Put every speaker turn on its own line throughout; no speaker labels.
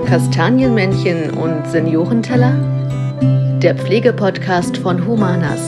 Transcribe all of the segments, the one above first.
Kastanienmännchen und Seniorenteller? Der Pflegepodcast von Humanas.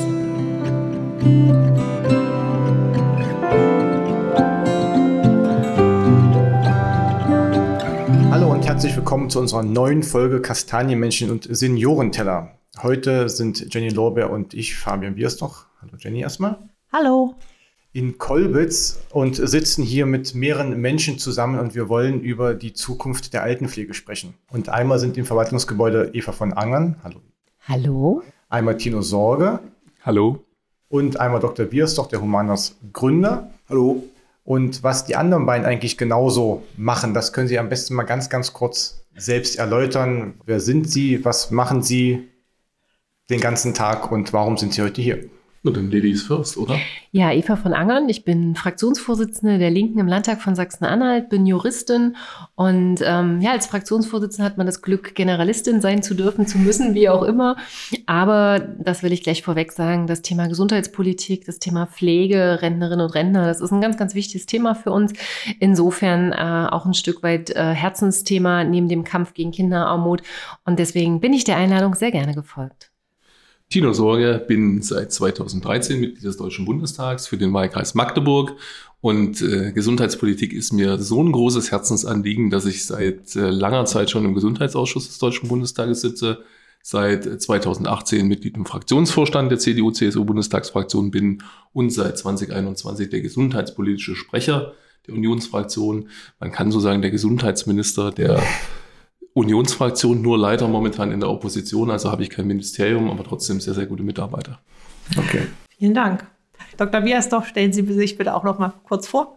Hallo und herzlich willkommen zu unserer neuen Folge Kastanienmännchen und Seniorenteller. Heute sind Jenny Lorbeer und ich, Fabian Bierstoch. Hallo Jenny erstmal.
Hallo.
In Kolbitz und sitzen hier mit mehreren Menschen zusammen und wir wollen über die Zukunft der Altenpflege sprechen. Und einmal sind im Verwaltungsgebäude Eva von Angern. Hallo.
Hallo.
Einmal Tino Sorge.
Hallo.
Und einmal Dr. Bierstoch, der Humanas Gründer.
Hallo.
Und was die anderen beiden eigentlich genauso machen, das können Sie am besten mal ganz kurz selbst erläutern. Wer sind Sie? Was machen Sie den ganzen Tag und warum sind Sie heute hier?
Na dann Ladies first, oder?
Ja, Eva von Angern. Ich bin Fraktionsvorsitzende der Linken im Landtag von Sachsen-Anhalt, bin Juristin und als Fraktionsvorsitzende hat man das Glück, Generalistin sein zu dürfen, zu müssen, wie auch immer. Aber, das will ich gleich vorweg sagen, das Thema Gesundheitspolitik, das Thema Pflege, Rentnerinnen und Rentner, das ist ein ganz wichtiges Thema für uns. Insofern auch ein Stück weit Herzensthema neben dem Kampf gegen Kinderarmut. Und deswegen bin ich der Einladung sehr gerne gefolgt.
Tino Sorge, bin seit 2013 Mitglied des Deutschen Bundestags für den Wahlkreis Magdeburg und Gesundheitspolitik ist mir so ein großes Herzensanliegen, dass ich seit langer Zeit schon im Gesundheitsausschuss des Deutschen Bundestages sitze, seit 2018 Mitglied im Fraktionsvorstand der CDU-CSU-Bundestagsfraktion bin und seit 2021 der gesundheitspolitische Sprecher der Unionsfraktion. Man kann so sagen, der Gesundheitsminister der Unionsfraktion, nur leider momentan in der Opposition, also habe ich kein Ministerium, aber trotzdem sehr gute Mitarbeiter.
Okay.
Vielen Dank. Dr. Bierstoch, stellen Sie sich bitte auch noch mal kurz vor.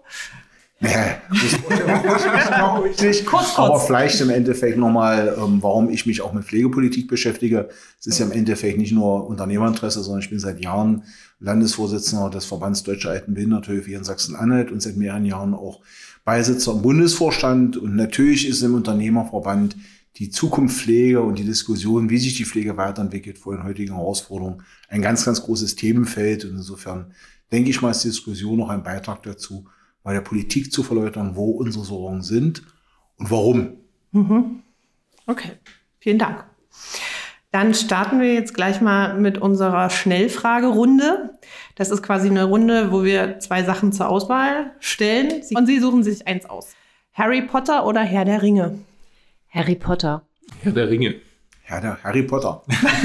Kurz. Aber vielleicht im Endeffekt nochmal, warum ich mich auch mit Pflegepolitik beschäftige. Es ist ja im Endeffekt nicht nur Unternehmerinteresse, sondern ich bin seit Jahren Landesvorsitzender des Verbands Deutsche Altenbehindertenhilfe hier in Sachsen-Anhalt und seit mehreren Jahren auch Beisitzer im Bundesvorstand. Und natürlich ist im Unternehmerverband die Zukunft Pflege und die Diskussion, wie sich die Pflege weiterentwickelt vor den heutigen Herausforderungen, ein ganz großes Themenfeld. Und insofern denke ich mal, ist die Diskussion noch ein Beitrag dazu, bei der Politik zu verläutern, wo unsere Sorgen sind und warum.
Okay, vielen Dank. Dann starten wir jetzt gleich mal mit unserer Schnellfragerunde. Das ist quasi eine Runde, wo wir 2 Sachen zur Auswahl stellen. Und Sie suchen sich eins aus. Harry Potter oder Herr der Ringe?
Harry Potter.
Herr der Ringe.
Harry Potter.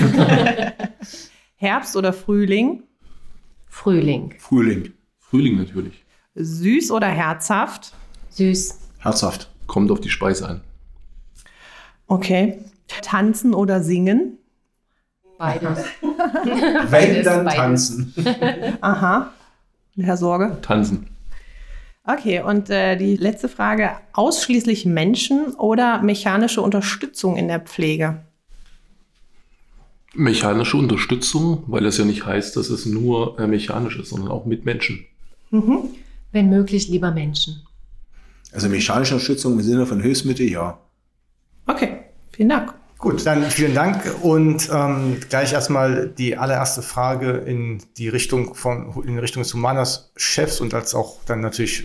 Herbst oder Frühling?
Frühling.
Frühling natürlich.
Süß oder herzhaft?
Süß.
Herzhaft.
Kommt auf die Speise an.
Okay. Tanzen oder singen?
Beides.
Wenn, dann tanzen.
Aha. Herr Sorge?
Tanzen.
Okay, und die letzte Frage. Ausschließlich Menschen oder mechanische Unterstützung in der Pflege?
Mechanische Unterstützung, weil das ja nicht heißt, dass es nur mechanisch ist, sondern auch mit Menschen.
Wenn möglich, lieber Menschen.
Also mechanische Unterstützung im Sinne von Hilfsmittel, ja.
Okay, vielen Dank.
Gut, dann vielen Dank und gleich erstmal die allererste Frage in Richtung des Humanas-Chefs und als auch dann natürlich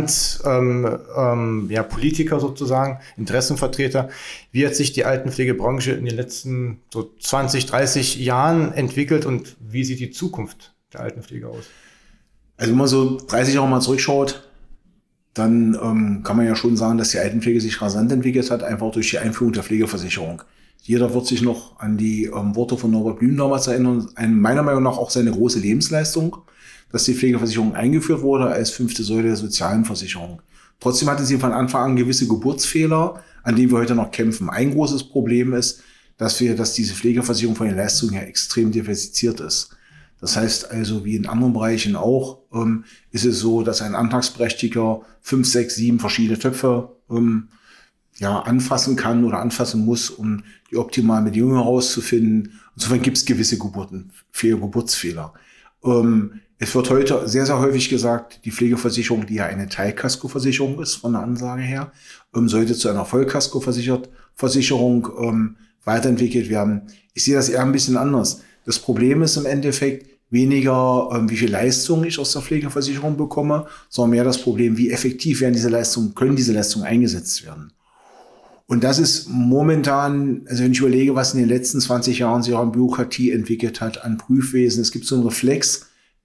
Politiker sozusagen, Interessenvertreter. Wie hat sich die Altenpflegebranche in den letzten so 20, 30 Jahren entwickelt und wie sieht die Zukunft der Altenpflege aus?
Also wenn man so 30 Jahre mal zurückschaut, dann kann man ja schon sagen, dass die Altenpflege sich rasant entwickelt hat, einfach durch die Einführung der Pflegeversicherung. Jeder wird sich noch an die Worte von Norbert Blüm damals erinnern. Meiner Meinung nach auch seine große Lebensleistung, dass die Pflegeversicherung eingeführt wurde als 5. Säule der sozialen Versicherung. Trotzdem hatte sie von Anfang an gewisse Geburtsfehler, an denen wir heute noch kämpfen. Ein großes Problem ist, dass diese Pflegeversicherung von den Leistungen her extrem diversifiziert ist. Das heißt also, wie in anderen Bereichen auch, ist es so, dass ein Antragsberechtigter 5, 6, 7 verschiedene Töpfe anfassen kann oder anfassen muss, um die optimalen Bedingungen herauszufinden. Insofern gibt es gewisse Geburtsfehler. Es wird heute sehr, sehr häufig gesagt, die Pflegeversicherung, die ja eine Teilkaskoversicherung ist von der Ansage her, sollte zu einer Vollkaskoversicherung weiterentwickelt werden. Ich sehe das eher ein bisschen anders. Das Problem ist im Endeffekt weniger, wie viel Leistung ich aus der Pflegeversicherung bekomme, sondern mehr das Problem, wie effektiv können diese Leistungen eingesetzt werden. Und das ist momentan, also wenn ich überlege, was in den letzten 20 Jahren sich auch an Bürokratie entwickelt hat, an Prüfwesen, es gibt so einen Reflex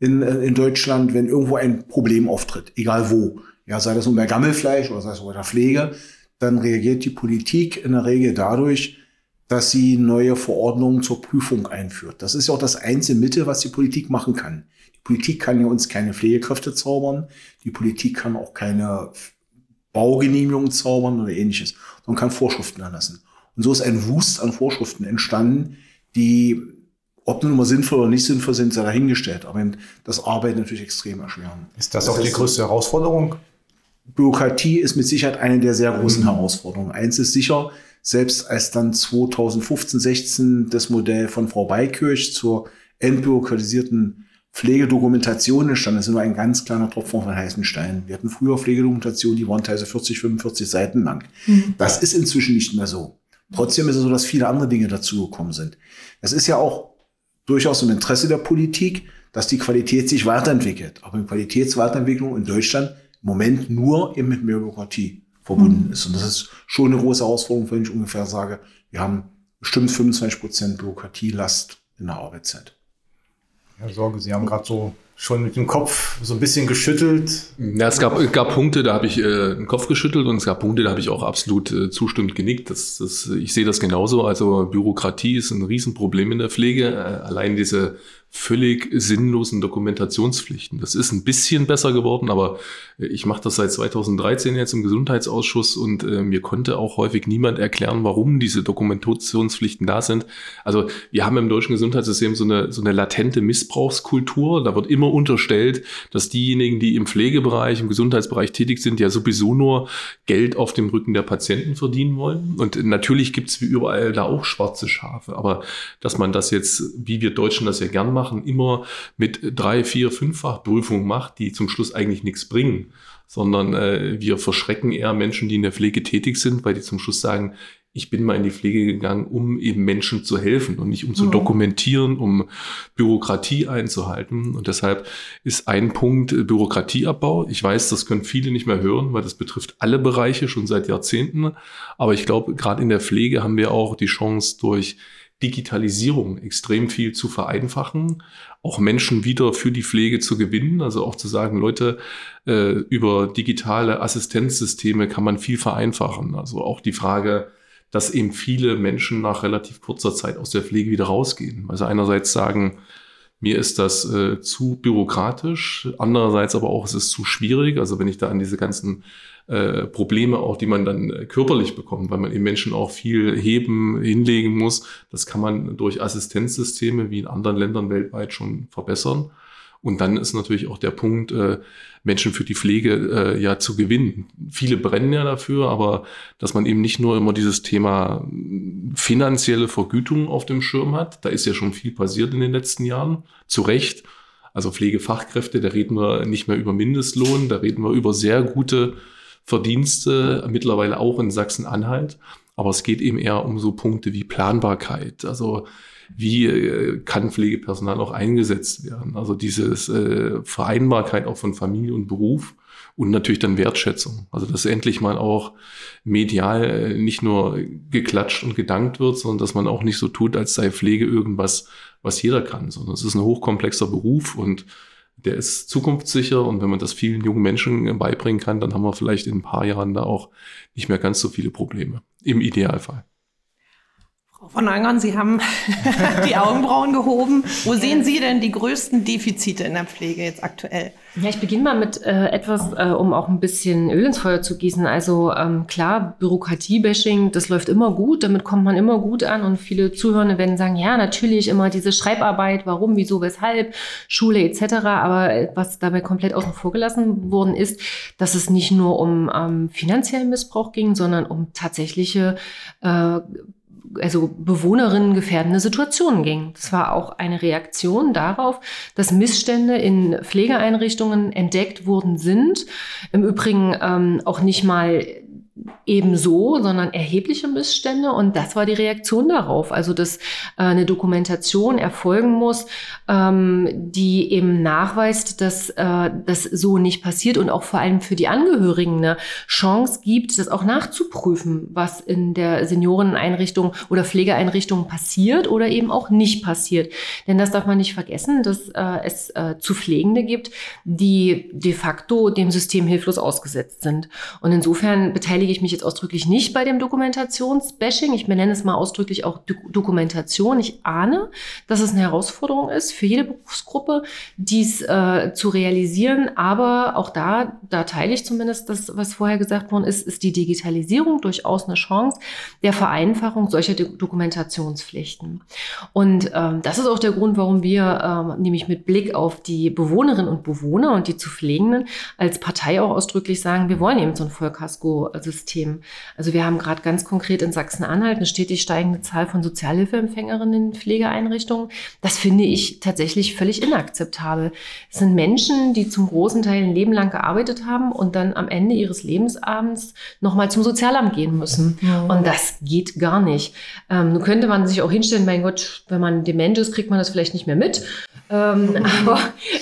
in Deutschland, wenn irgendwo ein Problem auftritt, egal wo, ja, sei das nun bei Gammelfleisch oder sei es bei der Pflege, dann reagiert die Politik in der Regel dadurch, dass sie neue Verordnungen zur Prüfung einführt. Das ist ja auch das einzige Mittel, was die Politik machen kann. Die Politik kann ja uns keine Pflegekräfte zaubern, die Politik kann auch keine Baugenehmigungen zaubern oder ähnliches, sondern kann Vorschriften erlassen. Und so ist ein Wust an Vorschriften entstanden, die, ob nun mal sinnvoll oder nicht sinnvoll sind, sei dahingestellt, aber das Arbeiten natürlich extrem erschweren.
Ist das auch die größte Herausforderung?
Bürokratie ist mit Sicherheit eine der sehr großen Herausforderungen. Eins ist sicher, selbst als dann 2015, 16 das Modell von Frau Beikirch zur entbürokratisierten Pflegedokumentation entstanden, das ist nur ein ganz kleiner Tropfen von heißen Stein. Wir hatten früher Pflegedokumentationen, die waren teilweise 40, 45 Seiten lang. Das ist inzwischen nicht mehr so. Trotzdem ist es so, dass viele andere Dinge dazugekommen sind. Es ist ja auch durchaus im Interesse der Politik, dass die Qualität sich weiterentwickelt. Aber die Qualitätsweiterentwicklung in Deutschland im Moment nur eben mit mehr Bürokratie verbunden ist. Und das ist schon eine große Herausforderung, wenn ich ungefähr sage, wir haben bestimmt 25% Bürokratielast in der Arbeitszeit.
Herr Sorge, Sie haben gerade so schon mit dem Kopf so ein bisschen geschüttelt.
Ja, es gab Punkte, da habe ich den Kopf geschüttelt und es gab Punkte, da habe ich auch absolut zustimmend genickt. Ich sehe das genauso. Also Bürokratie ist ein Riesenproblem in der Pflege. Allein diese völlig sinnlosen Dokumentationspflichten. Das ist ein bisschen besser geworden, aber ich mache das seit 2013 jetzt im Gesundheitsausschuss und mir konnte auch häufig niemand erklären, warum diese Dokumentationspflichten da sind. Also wir haben im deutschen Gesundheitssystem so eine latente Missbrauchskultur. Da wird immer unterstellt, dass diejenigen, die im Pflegebereich, im Gesundheitsbereich tätig sind, ja sowieso nur Geld auf dem Rücken der Patienten verdienen wollen. Und natürlich gibt's wie überall da auch schwarze Schafe. Aber dass man das jetzt, wie wir Deutschen das ja gern machen, immer mit 3-, 4-, 5-fach Prüfung macht, die zum Schluss eigentlich nichts bringen, sondern wir verschrecken eher Menschen, die in der Pflege tätig sind, weil die zum Schluss sagen, ich bin mal in die Pflege gegangen, um eben Menschen zu helfen und nicht um zu dokumentieren, um Bürokratie einzuhalten. Und deshalb ist ein Punkt Bürokratieabbau. Ich weiß, das können viele nicht mehr hören, weil das betrifft alle Bereiche schon seit Jahrzehnten. Aber ich glaube, gerade in der Pflege haben wir auch die Chance, durch Digitalisierung extrem viel zu vereinfachen, auch Menschen wieder für die Pflege zu gewinnen, also auch zu sagen, Leute, über digitale Assistenzsysteme kann man viel vereinfachen. Also auch die Frage, dass eben viele Menschen nach relativ kurzer Zeit aus der Pflege wieder rausgehen. Also einerseits sagen, mir ist das zu bürokratisch, andererseits aber auch, es ist zu schwierig. Also wenn ich da an diese ganzen Probleme auch, die man dann körperlich bekommt, weil man eben Menschen auch viel hinlegen muss, das kann man durch Assistenzsysteme wie in anderen Ländern weltweit schon verbessern. Und dann ist natürlich auch der Punkt, Menschen für die Pflege ja zu gewinnen. Viele brennen ja dafür, aber dass man eben nicht nur immer dieses Thema finanzielle Vergütung auf dem Schirm hat, da ist ja schon viel passiert in den letzten Jahren, zu Recht. Also Pflegefachkräfte, da reden wir nicht mehr über Mindestlohn, da reden wir über sehr gute Verdienste, mittlerweile auch in Sachsen-Anhalt. Aber es geht eben eher um so Punkte wie Planbarkeit. Also wie kann Pflegepersonal auch eingesetzt werden? Also dieses Vereinbarkeit auch von Familie und Beruf und natürlich dann Wertschätzung. Also dass endlich mal auch medial nicht nur geklatscht und gedankt wird, sondern dass man auch nicht so tut, als sei Pflege irgendwas, was jeder kann, sondern es ist ein hochkomplexer Beruf und der ist zukunftssicher und wenn man das vielen jungen Menschen beibringen kann, dann haben wir vielleicht in ein paar Jahren da auch nicht mehr ganz so viele Probleme, im Idealfall.
Frau von Angern, Sie haben die Augenbrauen gehoben. Wo sehen Sie denn die größten Defizite in der Pflege jetzt aktuell?
Ja, ich beginne mal mit etwas, um auch ein bisschen Öl ins Feuer zu gießen. Also klar, Bürokratie-Bashing, das läuft immer gut, damit kommt man immer gut an und viele Zuhörende werden sagen, ja, natürlich immer diese Schreibarbeit, warum, wieso, weshalb, Schule etc. Aber was dabei komplett außen vor gelassen worden ist, dass es nicht nur um finanziellen Missbrauch ging, sondern um tatsächliche Bewohnerinnen gefährdende Situationen ging. Das war auch eine Reaktion darauf, dass Missstände in Pflegeeinrichtungen entdeckt worden sind. Im Übrigen auch nicht mal ebenso, sondern erhebliche Missstände. Und das war die Reaktion darauf. Also, dass eine Dokumentation erfolgen muss, die eben nachweist, dass das so nicht passiert und auch vor allem für die Angehörigen eine Chance gibt, das auch nachzuprüfen, was in der Senioreneinrichtung oder Pflegeeinrichtung passiert oder eben auch nicht passiert. Denn das darf man nicht vergessen, dass es zu Pflegende gibt, die de facto dem System hilflos ausgesetzt sind. Und insofern beteilige ich mich jetzt ausdrücklich nicht bei dem Dokumentationsbashing. Ich benenne es mal ausdrücklich auch Dokumentation. Ich ahne, dass es eine Herausforderung ist für jede Berufsgruppe, dies zu realisieren. Aber auch da teile ich zumindest das, was vorher gesagt worden ist die Digitalisierung durchaus eine Chance der Vereinfachung solcher Dokumentationspflichten. Und das ist auch der Grund, warum wir nämlich mit Blick auf die Bewohnerinnen und Bewohner und die zu Pflegenden als Partei auch ausdrücklich sagen, wir wollen eben so ein Vollkasko-System. Also wir haben gerade ganz konkret in Sachsen-Anhalt eine stetig steigende Zahl von Sozialhilfeempfängerinnen in Pflegeeinrichtungen. Das finde ich tatsächlich völlig inakzeptabel. Es sind Menschen, die zum großen Teil ein Leben lang gearbeitet haben und dann am Ende ihres Lebensabends nochmal zum Sozialamt gehen müssen. Ja. Und das geht gar nicht. Nun könnte man sich auch hinstellen, mein Gott, wenn man dement ist, kriegt man das vielleicht nicht mehr mit. Aber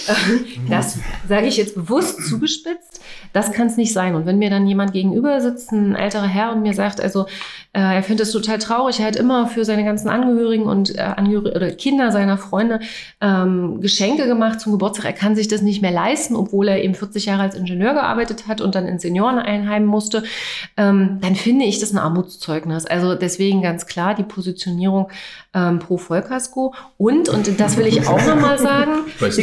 das sage ich jetzt bewusst zugespitzt. Das kann es nicht sein. Und wenn mir dann jemand gegenüber sitzt, ein älterer Herr, und mir sagt, also er findet es total traurig, er hat immer für seine ganzen Angehörigen und oder Kinder seiner Freunde Geschenke gemacht zum Geburtstag. Er kann sich das nicht mehr leisten, obwohl er eben 40 Jahre als Ingenieur gearbeitet hat und dann in Senioreneinheim musste. Dann finde ich das ein Armutszeugnis. Also deswegen ganz klar die Positionierung pro Vollkasko. Und das will ich auch nochmal sagen, es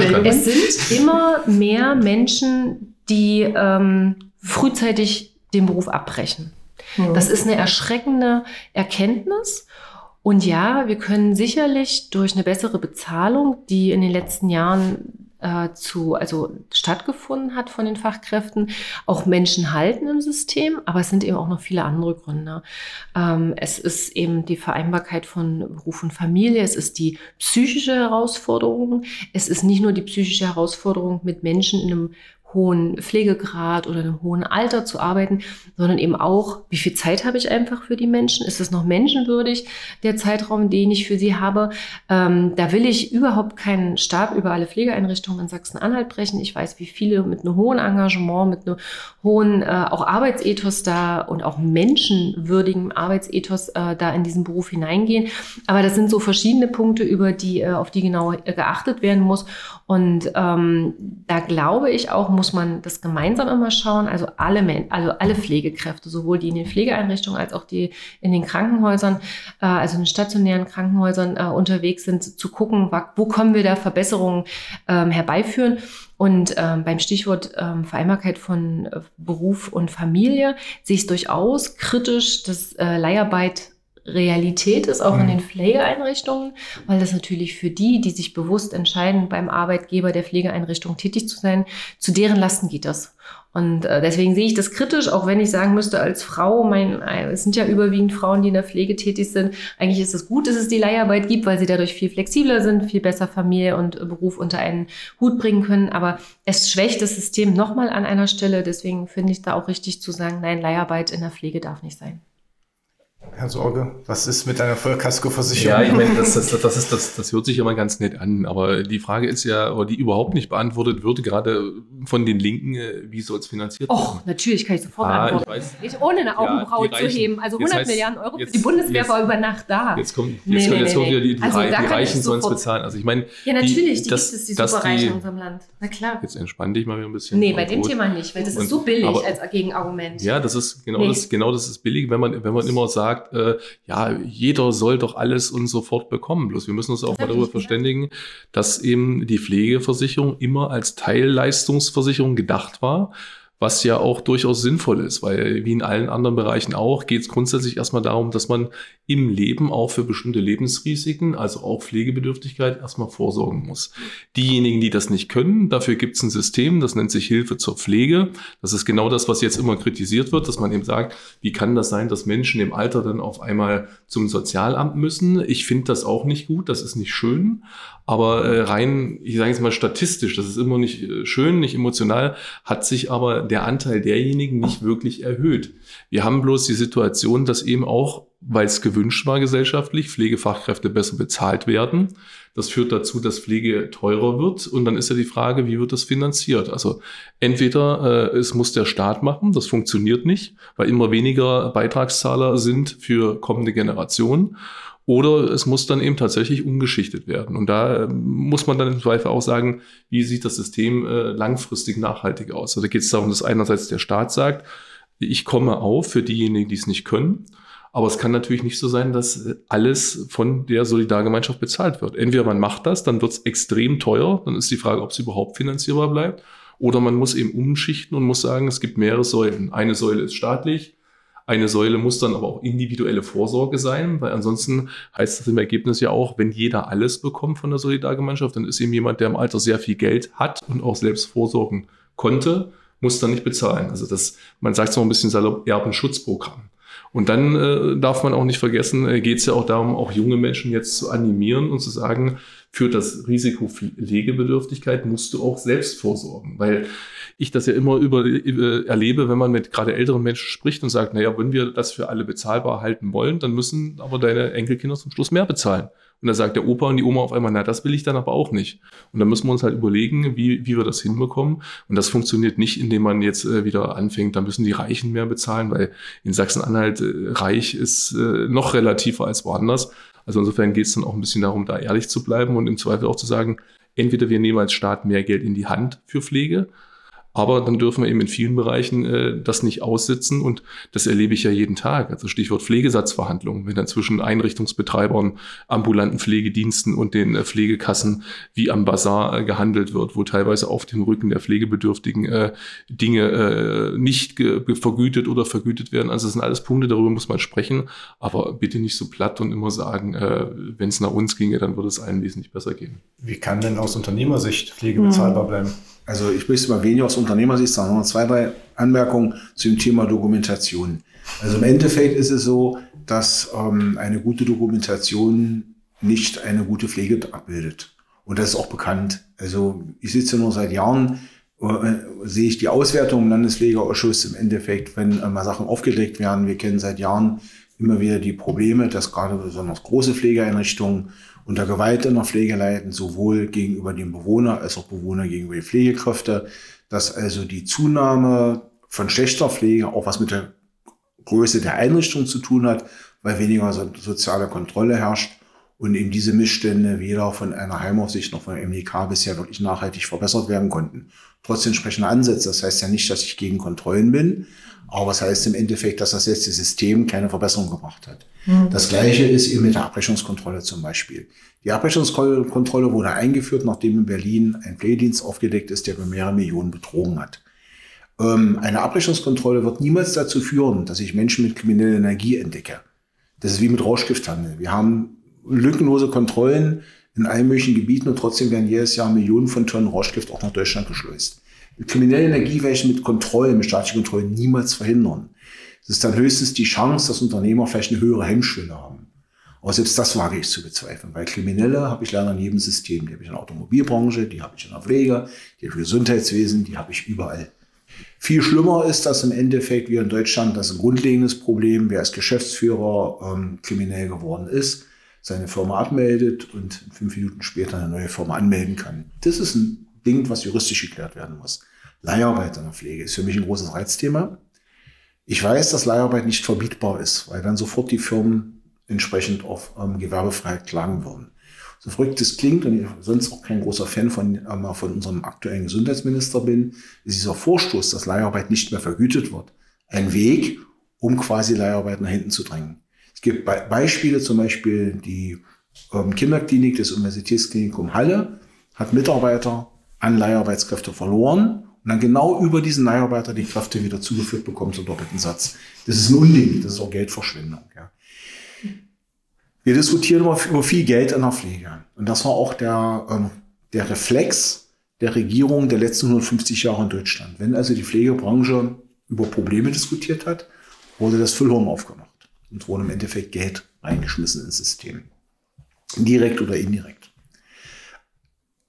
sind immer mehr Menschen, die frühzeitig den Beruf abbrechen. Das ist eine erschreckende Erkenntnis. Und ja, wir können sicherlich durch eine bessere Bezahlung, die in den letzten Jahren stattgefunden hat von den Fachkräften, auch Menschen halten im System, aber es sind eben auch noch viele andere Gründe. Es ist eben die Vereinbarkeit von Beruf und Familie, es ist die psychische Herausforderung, es ist nicht nur die psychische Herausforderung, mit Menschen in einem hohen Pflegegrad oder einem hohen Alter zu arbeiten, sondern eben auch, wie viel Zeit habe ich einfach für die Menschen? Ist es noch menschenwürdig, der Zeitraum, den ich für sie habe? Da will ich überhaupt keinen Stab über alle Pflegeeinrichtungen in Sachsen-Anhalt brechen. Ich weiß, wie viele mit einem hohen Engagement, mit einem hohen auch Arbeitsethos da und auch menschenwürdigem Arbeitsethos da in diesen Beruf hineingehen. Aber das sind so verschiedene Punkte, auf die genau geachtet werden muss. Und da glaube ich auch, muss man das gemeinsam immer schauen, also alle Pflegekräfte, sowohl die in den Pflegeeinrichtungen als auch die in den Krankenhäusern, also in den stationären Krankenhäusern unterwegs sind, zu gucken, wo können wir da Verbesserungen herbeiführen. Und beim Stichwort Vereinbarkeit von Beruf und Familie sehe ich es durchaus kritisch, dass Leiharbeit Realität ist, auch in den Pflegeeinrichtungen, weil das natürlich für die sich bewusst entscheiden, beim Arbeitgeber der Pflegeeinrichtung tätig zu sein, zu deren Lasten geht das. Und deswegen sehe ich das kritisch, auch wenn ich sagen müsste, als Frau, es sind ja überwiegend Frauen, die in der Pflege tätig sind. Eigentlich ist es gut, dass es die Leiharbeit gibt, weil sie dadurch viel flexibler sind, viel besser Familie und Beruf unter einen Hut bringen können. Aber es schwächt das System nochmal an einer Stelle. Deswegen finde ich es da auch richtig zu sagen, nein, Leiharbeit in der Pflege darf nicht sein.
Herr Sorge, was ist mit einer Vollkaskoversicherung?
Ja, ich meine, das hört sich immer ganz nett an, aber die Frage ist ja, oder die überhaupt nicht beantwortet wird, gerade von den Linken, wie soll es finanziert werden?
Och, natürlich kann ich sofort antworten. Ohne eine Augenbraue zu heben. Also 100 Milliarden Euro für die Bundeswehr war über Nacht da.
Jetzt kommt wieder die Reichen sollen es bezahlen. Also ich meine,
ja, natürlich, gibt es die Superreichen in unserem Land. Na klar.
Jetzt entspann dich mal wieder ein bisschen.
Nee, bei dem Thema nicht, weil das ist so billig als Gegenargument.
Ja, das ist das ist billig, wenn man immer sagt, jeder soll doch alles und sofort bekommen. Bloß wir müssen uns auch mal darüber verständigen, dass eben die Pflegeversicherung immer als Teilleistungsversicherung gedacht war, was ja auch durchaus sinnvoll ist, weil wie in allen anderen Bereichen auch, geht es grundsätzlich erstmal darum, dass man im Leben auch für bestimmte Lebensrisiken, also auch Pflegebedürftigkeit, erstmal vorsorgen muss. Diejenigen, die das nicht können, dafür gibt es ein System, das nennt sich Hilfe zur Pflege. Das ist genau das, was jetzt immer kritisiert wird, dass man eben sagt, wie kann das sein, dass Menschen im Alter dann auf einmal zum Sozialamt müssen? Ich finde das auch nicht gut, das ist nicht schön. Aber rein, ich sage jetzt mal statistisch, das ist immer nicht schön, nicht emotional, hat sich aber der Anteil derjenigen nicht wirklich erhöht. Wir haben bloß die Situation, dass eben auch, weil es gewünscht war gesellschaftlich, Pflegefachkräfte besser bezahlt werden. Das führt dazu, dass Pflege teurer wird. Und dann ist ja die Frage, wie wird das finanziert? Also entweder es muss der Staat machen, das funktioniert nicht, weil immer weniger Beitragszahler sind für kommende Generationen. Oder es muss dann eben tatsächlich umgeschichtet werden. Und da muss man dann im Zweifel auch sagen, wie sieht das System langfristig nachhaltig aus? Also da geht es darum, dass einerseits der Staat sagt, ich komme auf für diejenigen, die es nicht können. Aber es kann natürlich nicht so sein, dass alles von der Solidargemeinschaft bezahlt wird. Entweder man macht das, dann wird es extrem teuer. Dann ist die Frage, ob es überhaupt finanzierbar bleibt. Oder man muss eben umschichten und muss sagen, es gibt mehrere Säulen. Eine Säule ist staatlich. Eine Säule muss dann aber auch individuelle Vorsorge sein, weil ansonsten heißt das im Ergebnis ja auch, wenn jeder alles bekommt von der Solidargemeinschaft, dann ist eben jemand, der im Alter sehr viel Geld hat und auch selbst vorsorgen konnte, muss dann nicht bezahlen. Also das, man sagt es noch ein bisschen salopp, Erbenschutzprogramm. Und dann darf man auch nicht vergessen, geht es ja auch darum, auch junge Menschen jetzt zu animieren und zu sagen, für das Risiko Pflegebedürftigkeit musst du auch selbst vorsorgen. Weil ich das ja immer erlebe, wenn man mit gerade älteren Menschen spricht und sagt, naja, wenn wir das für alle bezahlbar halten wollen, dann müssen aber deine Enkelkinder zum Schluss mehr bezahlen. Und da sagt der Opa und die Oma auf einmal, na, das will ich dann aber auch nicht. Und dann müssen wir uns halt überlegen, wie wir das hinbekommen. Und das funktioniert nicht, indem man jetzt wieder anfängt, da müssen die Reichen mehr bezahlen, weil in Sachsen-Anhalt reich ist noch relativer als woanders. Also insofern geht es dann auch ein bisschen darum, da ehrlich zu bleiben und im Zweifel auch zu sagen, entweder wir nehmen als Staat mehr Geld in die Hand für Pflege, aber dann dürfen wir eben in vielen Bereichen das nicht aussitzen und das erlebe ich ja jeden Tag. Also Stichwort Pflegesatzverhandlungen, wenn dann zwischen Einrichtungsbetreibern, ambulanten Pflegediensten und den Pflegekassen wie am Basar gehandelt wird, wo teilweise auf dem Rücken der Pflegebedürftigen Dinge nicht vergütet oder vergütet werden. Also das sind alles Punkte, darüber muss man sprechen, aber bitte nicht so platt und immer sagen, wenn es nach uns ginge, dann würde es allen wesentlich besser gehen.
Wie kann denn aus Unternehmersicht Pflege bezahlbar bleiben?
Also ich möchte mal weniger aus Unternehmersicht sagen, noch 2, 3 Anmerkungen zum Thema Dokumentation. Also im Endeffekt ist es so, dass eine gute Dokumentation nicht eine gute Pflege abbildet. Und das ist auch bekannt. Also ich sitze nur seit Jahren, sehe ich die Auswertung im Landespflegeausschuss im Endeffekt, wenn mal Sachen aufgedeckt werden. Wir kennen seit Jahren immer wieder die Probleme, dass gerade besonders große Pflegeeinrichtungen unter Gewalt in der Pflege leiden, sowohl gegenüber dem Bewohner als auch Bewohner gegenüber den Pflegekräften, dass also die Zunahme von schlechter Pflege auch was mit der Größe der Einrichtung zu tun hat, weil weniger soziale Kontrolle herrscht und eben diese Missstände weder von einer Heimaufsicht noch von der MDK bisher wirklich nachhaltig verbessert werden konnten. Trotz entsprechender Ansätze. Das heißt ja nicht, dass ich gegen Kontrollen bin, aber es heißt im Endeffekt, dass das letzte System keine Verbesserung gebracht hat. Das Gleiche ist eben mit der Abrechnungskontrolle zum Beispiel. Die Abrechnungskontrolle wurde eingeführt, nachdem in Berlin ein Pflegedienst aufgedeckt ist, der über mehrere Millionen betrogen hat. Eine Abrechnungskontrolle wird niemals dazu führen, dass ich Menschen mit krimineller Energie entdecke. Das ist wie mit Rauschgifthandel. Wir haben lückenlose Kontrollen in allen möglichen Gebieten und trotzdem werden jedes Jahr Millionen von Tonnen Rauschgift auch nach Deutschland geschleust. Mit krimineller Energie werde ich mit Kontrollen, mit staatlichen Kontrollen niemals verhindern. Es ist dann höchstens die Chance, dass Unternehmer vielleicht eine höhere Hemmschwelle haben. Aber selbst das wage ich zu bezweifeln, weil Kriminelle habe ich leider in jedem System. Die habe ich in der Automobilbranche, die habe ich in der Pflege, die habe ich im Gesundheitswesen, die habe ich überall. Viel schlimmer ist, dass im Endeffekt wir in Deutschland, das ist ein grundlegendes Problem, wer als Geschäftsführer kriminell geworden ist, seine Firma abmeldet und 5 Minuten später eine neue Firma anmelden kann. Das ist ein Ding, was juristisch geklärt werden muss. Leiharbeit in der Pflege ist für mich ein großes Reizthema. Ich weiß, dass Leiharbeit nicht verbietbar ist, weil dann sofort die Firmen entsprechend auf Gewerbefreiheit klagen würden. So verrückt es klingt und ich sonst auch kein großer Fan von unserem aktuellen Gesundheitsminister bin, ist dieser Vorstoß, dass Leiharbeit nicht mehr vergütet wird, ein Weg, um quasi Leiharbeit nach hinten zu drängen. Es gibt Beispiele, zum Beispiel die Kinderklinik des Universitätsklinikum Halle hat Mitarbeiter an Leiharbeitskräfte verloren und dann genau über diesen Leiharbeiter die Kräfte wieder zugeführt bekommen zum doppelten Satz. Das ist ein Unding, das ist auch Geldverschwendung. Ja. Wir diskutieren über viel Geld in der Pflege. Und das war auch der Reflex der Regierung der letzten 150 Jahre in Deutschland. Wenn also die Pflegebranche über Probleme diskutiert hat, wurde das Füllhorn aufgemacht und wurde im Endeffekt Geld reingeschmissen ins System. Direkt oder indirekt.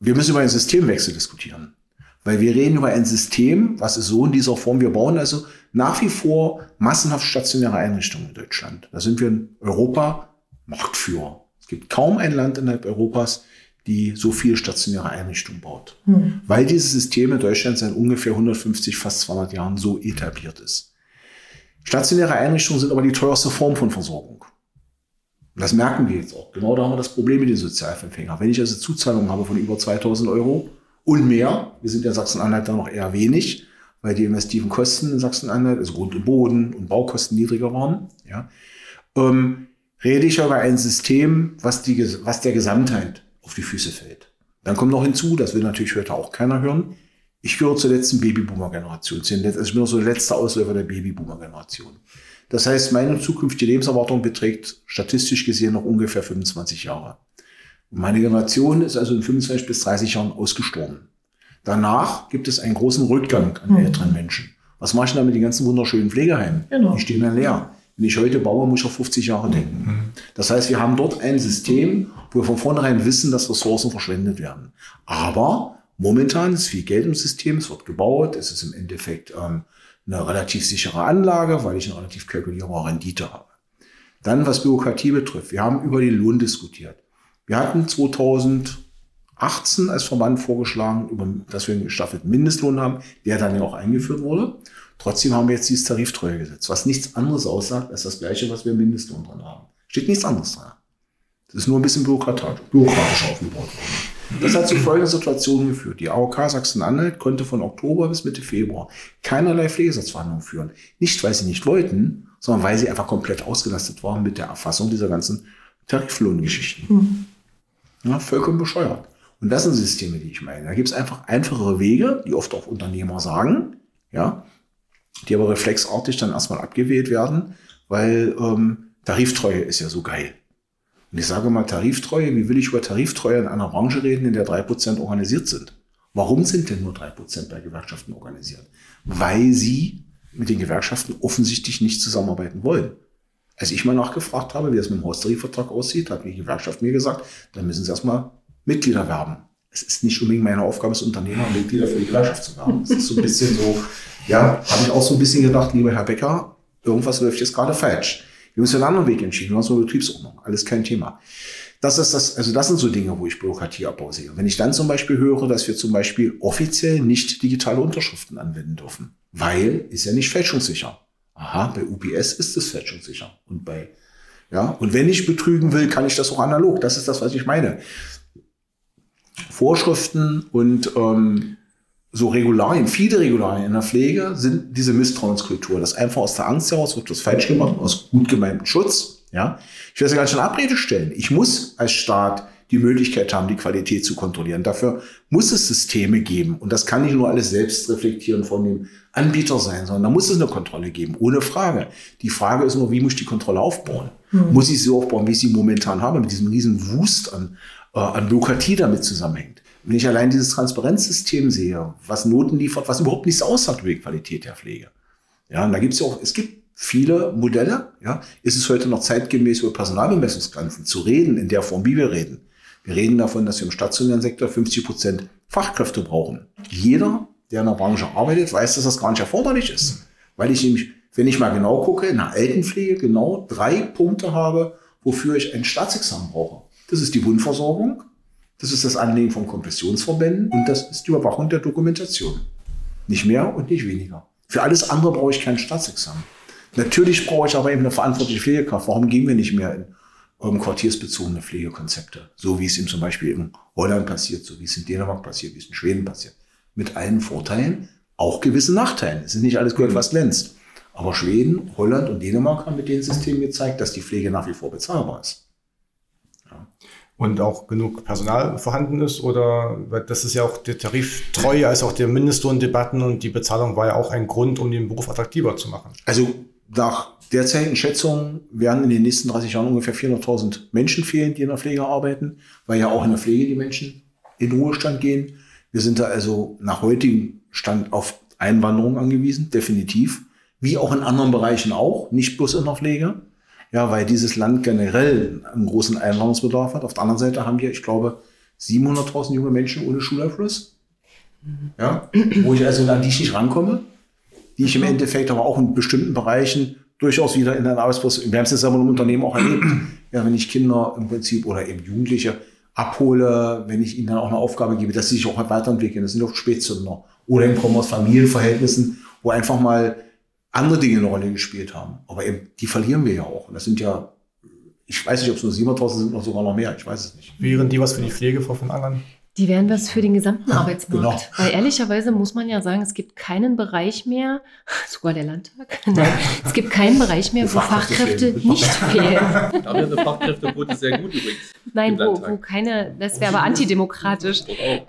wir müssen über einen Systemwechsel diskutieren. Weil wir reden über ein System, was ist so in dieser Form, wir bauen also nach wie vor massenhaft stationäre Einrichtungen in Deutschland. Da sind wir in Europa Marktführer. Es gibt kaum ein Land innerhalb Europas, die so viele stationäre Einrichtungen baut. Weil dieses System in Deutschland seit ungefähr 150, fast 200 Jahren so etabliert ist. Stationäre Einrichtungen sind aber die teuerste Form von Versorgung. Das merken wir jetzt auch. Genau da haben wir das Problem mit den Sozialempfängern. Wenn ich also Zuzahlungen habe von über 2.000 € und mehr, wir sind ja in Sachsen-Anhalt da noch eher wenig, weil die investiven Kosten in Sachsen-Anhalt, also Grund und Boden und Baukosten niedriger waren, ja, rede ich über ein System, was der Gesamtheit auf die Füße fällt. Dann kommt noch hinzu, das will natürlich heute auch keiner hören, ich gehöre zur letzten Babyboomer-Generation. Also ich bin noch so der letzte Ausläufer der Babyboomer-Generation. Das heißt, meine zukünftige Lebenserwartung beträgt statistisch gesehen noch ungefähr 25 Jahre. Und meine Generation ist also in 25 bis 30 Jahren ausgestorben. Danach gibt es einen großen Rückgang an älteren Menschen. Was mache ich dann mit den ganzen wunderschönen Pflegeheimen? Genau. Die stehen dann leer. Wenn ich heute baue, muss ich auf 50 Jahre denken. Das heißt, wir haben dort ein System, wo wir von vornherein wissen, dass Ressourcen verschwendet werden. Aber momentan ist viel Geld im System, es wird gebaut, es ist im Endeffekt eine relativ sichere Anlage, weil ich eine relativ kalkulierbare Rendite habe. Dann, was Bürokratie betrifft, wir haben über den Lohn diskutiert. Wir hatten 2018 als Verband vorgeschlagen, dass wir einen gestaffelten Mindestlohn haben, der dann ja auch eingeführt wurde. Trotzdem haben wir jetzt dieses Tariftreuegesetz, was nichts anderes aussagt, als das Gleiche, was wir im Mindestlohn drin haben. Steht nichts anderes dran. Das ist nur ein bisschen bürokratisch aufgebaut worden. Das hat zu folgender Situation geführt. Die AOK Sachsen-Anhalt konnte von Oktober bis Mitte Februar keinerlei Pflegesatzverhandlungen führen. Nicht, weil sie nicht wollten, sondern weil sie einfach komplett ausgelastet waren mit der Erfassung dieser ganzen Tariflohngeschichten. Ja, vollkommen bescheuert. Und das sind Systeme, die ich meine. Da gibt es einfach einfachere Wege, die oft auch Unternehmer sagen, ja, die aber reflexartig dann erstmal abgewählt werden, weil Tariftreue ist ja so geil. Und ich sage mal Tariftreue, wie will ich über Tariftreue in einer Branche reden, in der 3% organisiert sind? Warum sind denn nur 3% bei Gewerkschaften organisiert? Weil sie mit den Gewerkschaften offensichtlich nicht zusammenarbeiten wollen. Als ich mal nachgefragt habe, wie das mit dem Haustarifvertrag aussieht, hat die Gewerkschaft mir gesagt, dann müssen sie erstmal Mitglieder werben. Es ist nicht unbedingt meine Aufgabe als Unternehmer, Mitglieder für die Gewerkschaft zu werben. Das ist so ein bisschen so, ja, habe ich auch so ein bisschen gedacht, lieber Herr Becker, irgendwas läuft jetzt gerade falsch. Wir haben uns für einen anderen Weg entschieden, wir haben so eine Betriebsordnung, alles kein Thema. Das sind so Dinge, wo ich Bürokratieabbau sehe. Wenn ich dann zum Beispiel höre, dass wir zum Beispiel offiziell nicht digitale Unterschriften anwenden dürfen, weil ist ja nicht fälschungssicher. Aha, bei UPS ist es fälschungssicher. Und und wenn ich betrügen will, kann ich das auch analog. Das ist das, was ich meine. Vorschriften und so Regularien, viele Regularien in der Pflege sind diese Misstrauenskultur. Das einfach aus der Angst heraus wird das falsch gemacht, aus gut gemeintem Schutz. Ja, ich will das ja gar nicht in Abrede stellen. Ich muss als Staat die Möglichkeit haben, die Qualität zu kontrollieren. Dafür muss es Systeme geben. Und das kann nicht nur alles selbst reflektieren von dem Anbieter sein, sondern da muss es eine Kontrolle geben, ohne Frage. Die Frage ist nur, wie muss ich die Kontrolle aufbauen? Muss ich sie so aufbauen, wie ich sie momentan habe, mit diesem riesen Wust an Bürokratie damit zusammenhängt? Wenn ich allein dieses Transparenzsystem sehe, was Noten liefert, was überhaupt nichts aussagt über die Qualität der Pflege. Ja, und da gibt es ja auch, es gibt viele Modelle. Ja, ist es heute noch zeitgemäß, über Personalbemessungsgrenzen zu reden, in der Form, wie wir reden? Wir reden davon, dass wir im stationären Sektor 50% Fachkräfte brauchen. Jeder, der in der Branche arbeitet, weiß, dass das gar nicht erforderlich ist. Weil ich nämlich, wenn ich mal genau gucke, in der Altenpflege genau 3 Punkte habe, wofür ich ein Staatsexamen brauche. Das ist die Wundversorgung, das ist das Anlegen von Kompressionsverbänden und das ist die Überwachung der Dokumentation. Nicht mehr und nicht weniger. Für alles andere brauche ich kein Staatsexamen. Natürlich brauche ich aber eben eine verantwortliche Pflegekraft. Warum gehen wir nicht mehr in quartiersbezogene Pflegekonzepte? So wie es eben zum Beispiel in Holland passiert, so wie es in Dänemark passiert, wie es in Schweden passiert. Mit allen Vorteilen, auch gewissen Nachteilen. Es ist nicht alles Gold, was glänzt. Aber Schweden, Holland und Dänemark haben mit den Systemen gezeigt, dass die Pflege nach wie vor bezahlbar ist. Ja.
Und auch genug Personal vorhanden ist, oder das ist ja auch die Tariftreue als auch der Mindestlohndebatten und die Bezahlung war ja auch ein Grund, um den Beruf attraktiver zu machen.
Also nach derzeitigen Schätzungen werden in den nächsten 30 Jahren ungefähr 400.000 Menschen fehlen, die in der Pflege arbeiten, weil ja auch in der Pflege die Menschen in Ruhestand gehen. Wir sind da also nach heutigem Stand auf Einwanderung angewiesen, definitiv. Wie auch in anderen Bereichen auch, nicht bloß in der Pflege. Ja, weil dieses Land generell einen großen Einwanderungsbedarf hat. Auf der anderen Seite haben wir, ich glaube, 700.000 junge Menschen ohne Schulabschluss. Ja, wo ich also an die nicht rankomme, die ich im Endeffekt aber auch in bestimmten Bereichen durchaus wieder in den Arbeitsprozess, wir haben es jetzt aber im Unternehmen auch erlebt, ja, wenn ich Kinder im Prinzip oder eben Jugendliche abhole, wenn ich ihnen dann auch eine Aufgabe gebe, dass sie sich auch weiterentwickeln. Das sind oft Spätzünder. Oder eben kommen aus Familienverhältnissen, wo einfach mal andere Dinge eine Rolle gespielt haben. Aber eben, die verlieren wir ja auch. Und das sind ja, ich weiß nicht, ob es nur 700.000 sind oder sogar noch mehr. Ich weiß es nicht.
Wären die was für die Pflege, Frau von Angern?
Die wären was für den gesamten Arbeitsmarkt.
Genau.
Weil ehrlicherweise muss man ja sagen, es gibt keinen Bereich mehr, sogar der Landtag, nein, es gibt keinen Bereich mehr, wo Fachkräfte nicht fehlen.
Da haben wir eine Fachkräftequote sehr gut übrigens.
Nein, wo keine, das wäre aber antidemokratisch.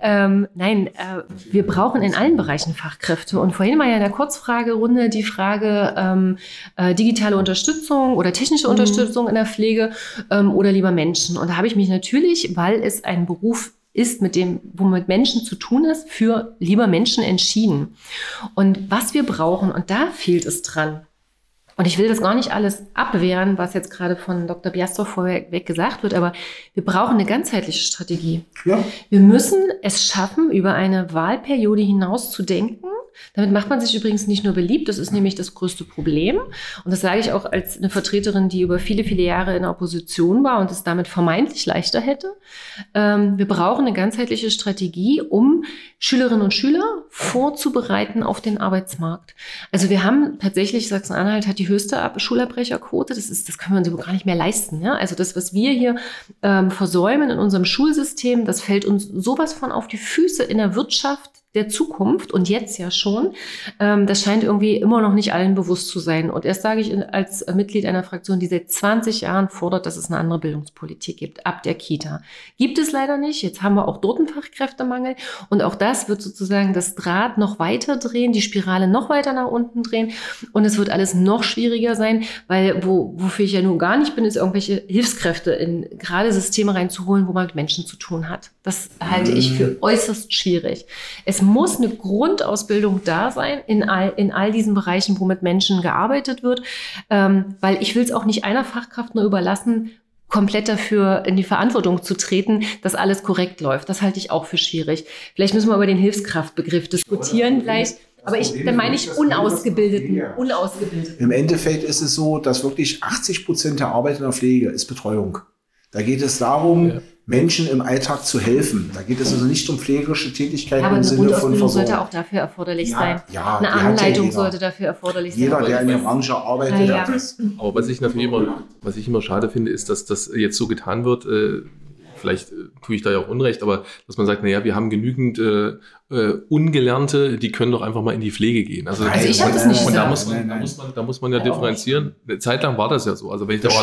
Wir brauchen in allen Bereichen Fachkräfte. Und vorhin war ja in der Kurzfragerunde die Frage digitale Unterstützung oder technische Unterstützung in der Pflege oder lieber Menschen. Und da habe ich mich natürlich, weil es ein Beruf ist, womit Menschen zu tun ist, für lieber Menschen entschieden. Und was wir brauchen, und da fehlt es dran, und ich will das gar nicht alles abwehren, was jetzt gerade von Dr. Biastor vorweg gesagt wird, aber wir brauchen eine ganzheitliche Strategie. Ja. Wir müssen es schaffen, über eine Wahlperiode hinaus zu denken. Damit macht man sich übrigens nicht nur beliebt, das ist nämlich das größte Problem. Und das sage ich auch als eine Vertreterin, die über viele, viele Jahre in der Opposition war und es damit vermeintlich leichter hätte. Wir brauchen eine ganzheitliche Strategie, um Schülerinnen und Schüler vorzubereiten auf den Arbeitsmarkt. Also wir haben tatsächlich, Sachsen-Anhalt hat die höchste Schulabbrecherquote. Das können wir uns überhaupt gar nicht mehr leisten. Ja? Also das, was wir hier versäumen in unserem Schulsystem, das fällt uns sowas von auf die Füße in der Wirtschaft der Zukunft und jetzt ja schon. Das scheint irgendwie immer noch nicht allen bewusst zu sein. Und erst sage ich als Mitglied einer Fraktion, die seit 20 Jahren fordert, dass es eine andere Bildungspolitik gibt, ab der Kita. Gibt es leider nicht. Jetzt haben wir auch dort einen Fachkräftemangel. Und auch das wird sozusagen das Draht noch weiter drehen, die Spirale noch weiter nach unten drehen. Und es wird alles noch schwieriger sein, weil wofür ich ja nun gar nicht bin, ist irgendwelche Hilfskräfte in gerade Systeme reinzuholen, wo man mit Menschen zu tun hat. Das halte ich für äußerst schwierig. Es muss eine Grundausbildung da sein in all diesen Bereichen, wo mit Menschen gearbeitet wird, weil ich will es auch nicht einer Fachkraft nur überlassen, komplett dafür in die Verantwortung zu treten, dass alles korrekt läuft. Das halte ich auch für schwierig. Vielleicht müssen wir über den Hilfskraftbegriff diskutieren gleich. Aber dann meine ich Unausgebildeten.
Im Endeffekt ist es so, dass wirklich 80% der Arbeit in der Pflege ist Betreuung. Da geht es darum, Menschen im Alltag zu helfen. Da geht es also nicht um pflegerische Tätigkeiten im Sinne von Versorgung.
Sollte auch dafür erforderlich sein. Ja, eine Anleitung sollte dafür erforderlich sein.
Jeder, der in der Branche arbeitet, hat das.
Aber was ich immer schade finde, ist, dass das jetzt so getan wird, vielleicht tue ich da ja auch Unrecht, aber dass man sagt, naja, wir haben genügend Ungelernte, die können doch einfach mal in die Pflege gehen. Also
ich habe das nicht gesagt.
Da muss man ja differenzieren. Eine Zeit lang war das ja so. Also wenn ich da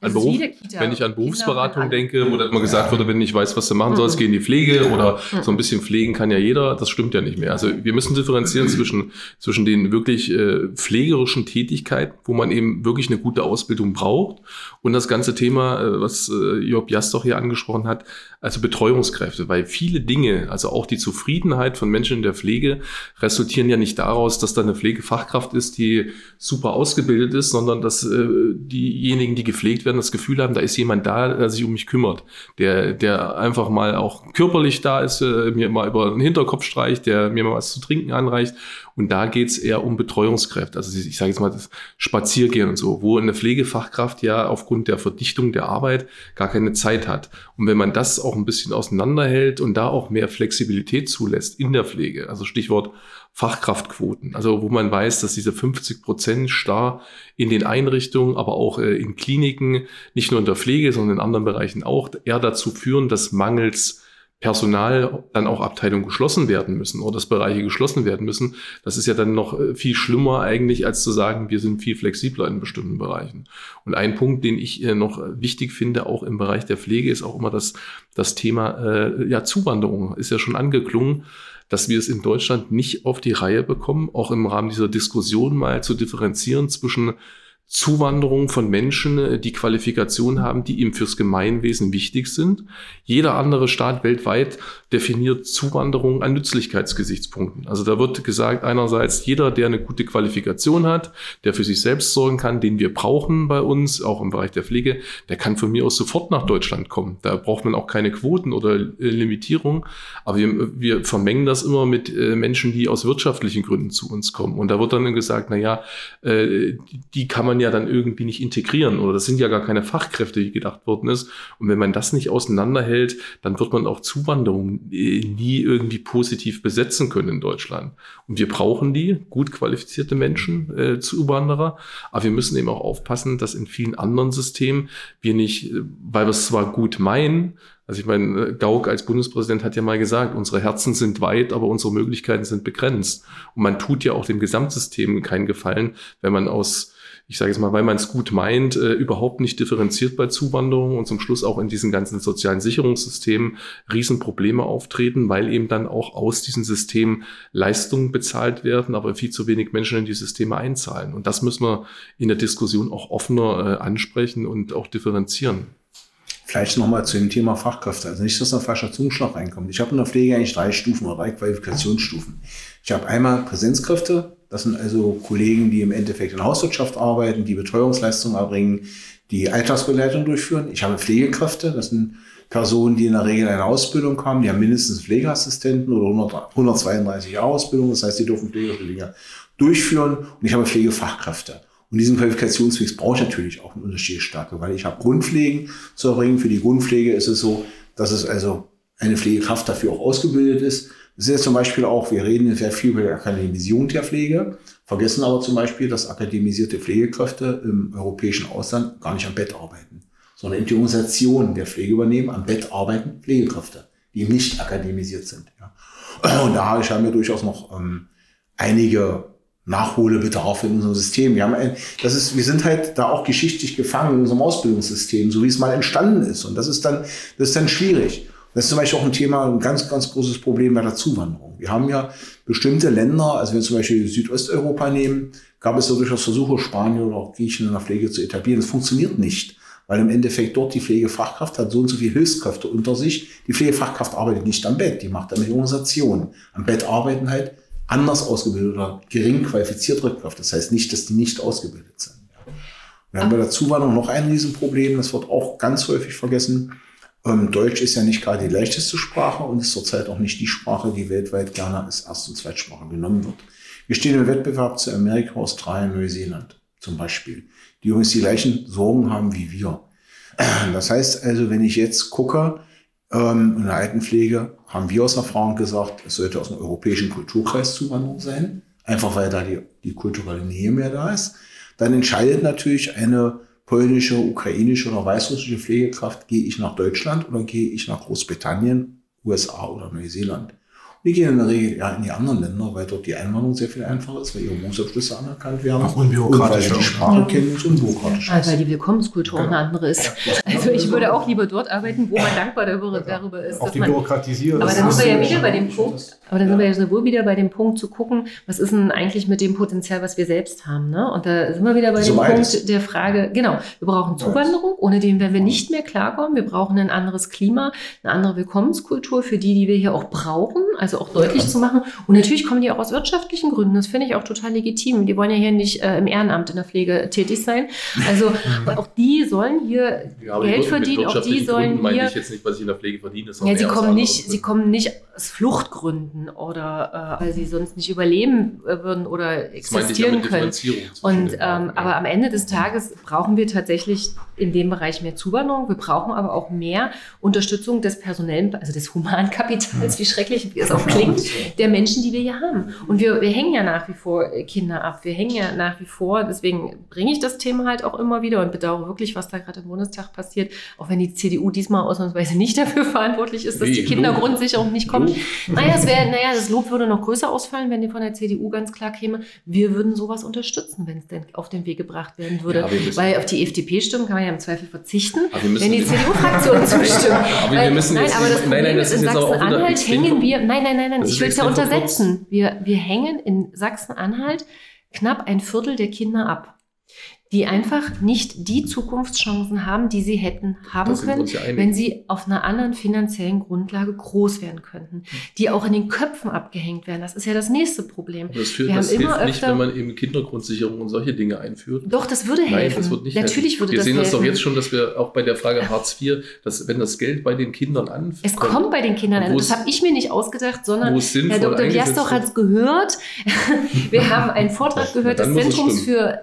an Berufsberatung denke, wo dann immer gesagt wurde, wenn du nicht weißt, was du machen sollst, geh in die Pflege oder so ein bisschen pflegen kann ja jeder. Das stimmt ja nicht mehr. Also wir müssen differenzieren zwischen den wirklich pflegerischen Tätigkeiten, wo man eben wirklich eine gute Ausbildung braucht, und das ganze Thema, was Jörg Biastor hier angesprochen hat, also Betreuungskräfte, weil viele Dinge, also auch die Zufriedenheit von Menschen in der Pflege, resultieren ja nicht daraus, dass da eine Pflegefachkraft ist, die super ausgebildet ist, sondern dass diejenigen, die gepflegt werden, das Gefühl haben, da ist jemand da, der sich um mich kümmert, der einfach mal auch körperlich da ist, mir mal über den Hinterkopf streicht, der mir mal was zu trinken anreicht. Und da geht's eher um Betreuungskräfte, also ich sage jetzt mal das Spaziergehen und so, wo eine Pflegefachkraft ja aufgrund der Verdichtung der Arbeit gar keine Zeit hat. Und wenn man das auch ein bisschen auseinanderhält und da auch mehr Flexibilität zulässt in der Pflege, also Stichwort Fachkraftquoten, also wo man weiß, dass diese 50% starr in den Einrichtungen, aber auch in Kliniken, nicht nur in der Pflege, sondern in anderen Bereichen auch, eher dazu führen, dass mangels Personal dann auch Abteilungen geschlossen werden müssen oder dass Bereiche geschlossen werden müssen. Das ist ja dann noch viel schlimmer eigentlich, als zu sagen, wir sind viel flexibler in bestimmten Bereichen. Und ein Punkt, den ich noch wichtig finde, auch im Bereich der Pflege, ist auch immer das Thema Zuwanderung. Ist ja schon angeklungen, dass wir es in Deutschland nicht auf die Reihe bekommen, auch im Rahmen dieser Diskussion mal zu differenzieren zwischen Zuwanderung von Menschen, die Qualifikationen haben, die ihm fürs Gemeinwesen wichtig sind. Jeder andere Staat weltweit definiert Zuwanderung an Nützlichkeitsgesichtspunkten. Also da wird gesagt, einerseits jeder, der eine gute Qualifikation hat, der für sich selbst sorgen kann, den wir brauchen bei uns, auch im Bereich der Pflege, der kann von mir aus sofort nach Deutschland kommen. Da braucht man auch keine Quoten oder Limitierung. Aber wir vermengen das immer mit Menschen, die aus wirtschaftlichen Gründen zu uns kommen. Und da wird dann gesagt, die kann man ja dann irgendwie nicht integrieren oder das sind ja gar keine Fachkräfte, wie gedacht worden ist. Und wenn man das nicht auseinanderhält, dann wird man auch Zuwanderung nie irgendwie positiv besetzen können in Deutschland. Und wir brauchen die gut qualifizierte Menschen, Zuwanderer, aber wir müssen eben auch aufpassen, dass in vielen anderen Systemen wir nicht, weil wir es zwar gut meinen, also ich meine, Gauck als Bundespräsident hat ja mal gesagt, unsere Herzen sind weit, aber unsere Möglichkeiten sind begrenzt. Und man tut ja auch dem Gesamtsystem keinen Gefallen, wenn man weil man es gut meint, überhaupt nicht differenziert bei Zuwanderung und zum Schluss auch in diesen ganzen sozialen Sicherungssystemen Riesenprobleme auftreten, weil eben dann auch aus diesen Systemen Leistungen bezahlt werden, aber viel zu wenig Menschen in die Systeme einzahlen. Und das müssen wir in der Diskussion auch offener ansprechen und auch differenzieren.
Vielleicht nochmal zu dem Thema Fachkräfte. Also nicht, dass ein falscher Zungenschlag reinkommt. Ich habe in der Pflege eigentlich 3 Stufen oder 3 Qualifikationsstufen. Ich habe einmal Präsenzkräfte. Das sind also Kollegen, die im Endeffekt in der Hauswirtschaft arbeiten, die Betreuungsleistungen erbringen, die Alltagsbegleitung durchführen. Ich habe Pflegekräfte. Das sind Personen, die in der Regel eine Ausbildung haben. Die haben mindestens Pflegeassistenten oder 132 Jahre Ausbildung. Das heißt, die dürfen pflegerische Dinge durchführen. Und ich habe Pflegefachkräfte. Und diesen Qualifikationsweg brauche ich natürlich auch eine unterschiedliche Stärke, weil ich habe Grundpflegen zu erbringen. Für die Grundpflege ist es so, dass es also eine Pflegekraft dafür auch ausgebildet ist. Das ist ja zum Beispiel auch, wir reden sehr viel über die Akademisierung der Pflege, vergessen aber zum Beispiel, dass akademisierte Pflegekräfte im europäischen Ausland gar nicht am Bett arbeiten, sondern in die Organisation der Pflege übernehmen. Am Bett arbeiten Pflegekräfte, die nicht akademisiert sind. Ja. Und da haben wir durchaus noch einige Nachholbedarf in unserem System. Wir sind halt da auch geschichtlich gefangen in unserem Ausbildungssystem, so wie es mal entstanden ist. Und das ist dann schwierig. Das ist zum Beispiel auch ein Thema, ein ganz, ganz großes Problem bei der Zuwanderung. Wir haben ja bestimmte Länder, also wenn wir zum Beispiel Südosteuropa nehmen, gab es ja durchaus Versuche, Spanien oder auch Griechenland in der Pflege zu etablieren. Das funktioniert nicht, weil im Endeffekt dort die Pflegefachkraft hat so und so viele Hilfskräfte unter sich. Die Pflegefachkraft arbeitet nicht am Bett, die macht dann die Organisation. Am Bett arbeiten halt anders ausgebildete oder gering qualifizierte Kräfte. Das heißt nicht, dass die nicht ausgebildet sind. Wir haben bei der Zuwanderung noch ein Riesenproblem, das wird auch ganz häufig vergessen. Deutsch ist ja nicht gerade die leichteste Sprache und ist zurzeit auch nicht die Sprache, die weltweit gerne als Erst- und Zweitsprache genommen wird. Wir stehen im Wettbewerb zu Amerika, Australien, Neuseeland zum Beispiel, die übrigens die gleichen Sorgen haben wie wir. Das heißt also, wenn ich jetzt gucke, in der Altenpflege haben wir aus Erfahrung gesagt, es sollte aus einem europäischen Kulturkreis Zuwanderung sein, einfach weil da die kulturelle Nähe mehr da ist. Dann entscheidet natürlich eine polnische, ukrainische oder weißrussische Pflegekraft, gehe ich nach Deutschland oder gehe ich nach Großbritannien, USA oder Neuseeland. Wir gehen in der Regel in die anderen Länder, weil dort die Einwanderung sehr viel einfacher ist, weil ihre Berufsabschlüsse anerkannt werden.
Auch unbürokratisch.
Und weil die Sprache kennen und unbürokratisch
ist. Weil die Willkommenskultur auch eine andere ist. Also ich würde auch lieber dort arbeiten, wo man dankbar darüber ist.
Auch die Bürokratisierung.
Aber dann sind wir ja wieder bei dem Punkt. Aber dann sind wir ja sowohl wieder bei dem Punkt zu gucken, was ist denn eigentlich mit dem Potenzial, was wir selbst haben. Ne? Und da sind wir wieder bei dem Punkt der Frage, genau, wir brauchen Zuwanderung, ohne den werden wir nicht mehr klarkommen. Wir brauchen ein anderes Klima, eine andere Willkommenskultur für die wir hier auch brauchen, also auch deutlich zu machen. Und natürlich kommen die auch aus wirtschaftlichen Gründen. Das finde ich auch total legitim. Die wollen ja hier nicht im Ehrenamt in der Pflege tätig sein. Also auch die sollen hier Geld verdienen. Auch die sollen
meine ich jetzt nicht, was ich in der Pflege verdiene.
Ja, sie kommen nicht aus Fluchtgründen oder weil sie sonst nicht überleben würden oder existieren können. Und aber am Ende des Tages brauchen wir tatsächlich in dem Bereich mehr Zuwanderung. Wir brauchen aber auch mehr Unterstützung des personellen, also des Humankapitals, wie schrecklich es auch klingt, der Menschen, die wir hier haben. Und wir hängen ja nach wie vor Kinder ab. Wir hängen ja nach wie vor, deswegen bringe ich das Thema halt auch immer wieder und bedauere wirklich, was da gerade im Bundestag passiert, auch wenn die CDU diesmal ausnahmsweise nicht dafür verantwortlich ist, dass die Kindergrundsicherung nicht kommt. Das Lob würde noch größer ausfallen, wenn die von der CDU ganz klar käme. Wir würden sowas unterstützen, wenn es denn auf den Weg gebracht werden würde. Ja, weil auf die FDP-Stimmen kann man ja im Zweifel verzichten, wenn die CDU-Fraktion zustimmt. Aber das Problem ist, in Sachsen-Anhalt hängen wir, ich will es ja untersetzen. Wir hängen in Sachsen-Anhalt knapp 1/4 der Kinder ab. die einfach nicht die Zukunftschancen haben, die sie hätten haben können, wenn sie auf einer anderen finanziellen Grundlage groß werden könnten, die auch in den Köpfen abgehängt werden. Das ist ja das nächste Problem.
Das hilft nicht, wenn man eben Kindergrundsicherung und solche Dinge einführt.
Doch, das würde helfen.
Nein, das wird nicht
Natürlich
helfen.
würde das helfen.
Wir sehen das doch jetzt schon, dass wir auch bei der Frage Hartz IV, dass wenn das Geld bei den Kindern anfängt.
Es kommt bei den Kindern an. Das habe ich mir nicht ausgedacht, sondern Herr Dr. Biastoch hat es gehört. Wir haben einen Vortrag gehört des Zentrums für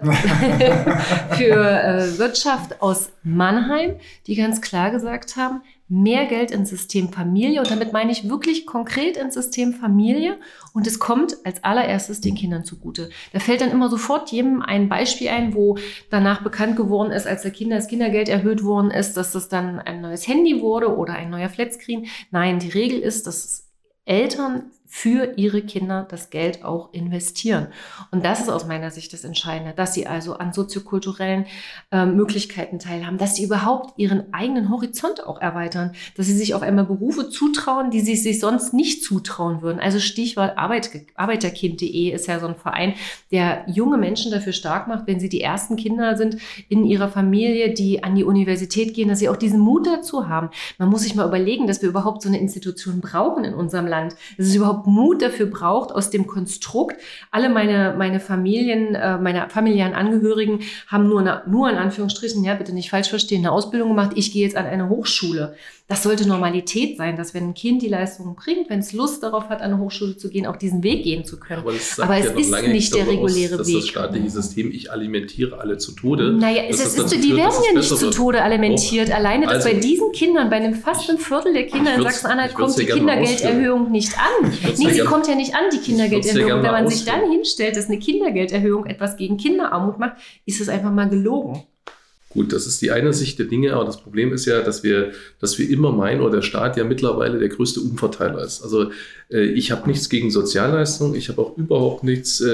Wirtschaft aus Mannheim, die ganz klar gesagt haben, mehr Geld ins System Familie. Und damit meine ich wirklich konkret ins System Familie. Und es kommt als allererstes den Kindern zugute. Da fällt dann immer sofort jedem ein Beispiel ein, wo danach bekannt geworden ist, als das Kindergeld erhöht worden ist, dass das dann ein neues Handy wurde oder ein neuer Flatscreen. Nein, die Regel ist, dass Eltern für ihre Kinder das Geld auch investieren. Und das ist aus meiner Sicht das Entscheidende, dass sie also an soziokulturellen Möglichkeiten teilhaben, dass sie überhaupt ihren eigenen Horizont auch erweitern, dass sie sich auf einmal Berufe zutrauen, die sie sich sonst nicht zutrauen würden. Also Stichwort Arbeiterkind.de ist ja so ein Verein, der junge Menschen dafür stark macht, wenn sie die ersten Kinder sind in ihrer Familie, die an die Universität gehen, dass sie auch diesen Mut dazu haben. Man muss sich mal überlegen, dass wir überhaupt so eine Institution brauchen in unserem Land, dass es überhaupt Mut dafür braucht, aus dem Konstrukt. Alle meine Familien, meine familiären Angehörigen haben nur in Anführungsstrichen, ja, bitte nicht falsch verstehen, eine Ausbildung gemacht. Ich gehe jetzt an eine Hochschule. Das sollte Normalität sein, dass wenn ein Kind die Leistungen bringt, wenn es Lust darauf hat, an eine Hochschule zu gehen, auch diesen Weg gehen zu können.
Aber es ist nicht der reguläre Weg. Das staatliche System, ich alimentiere alle zu Tode.
Naja, die werden ja nicht zu Tode alimentiert. Alleine, dass bei diesen Kindern, bei einem fast ein Viertel der Kinder in Sachsen-Anhalt kommt die Kindergelderhöhung nicht an. Nee, sie kommt ja nicht an, die Kindergelderhöhung. Wenn man sich dann hinstellt, dass eine Kindergelderhöhung etwas gegen Kinderarmut macht, ist es einfach mal gelogen.
Gut, das ist die eine Sicht der Dinge, aber das Problem ist ja, dass wir immer meinen, oder der Staat ja mittlerweile der größte Umverteiler ist. Also ich habe nichts gegen Sozialleistungen, ich habe auch überhaupt nichts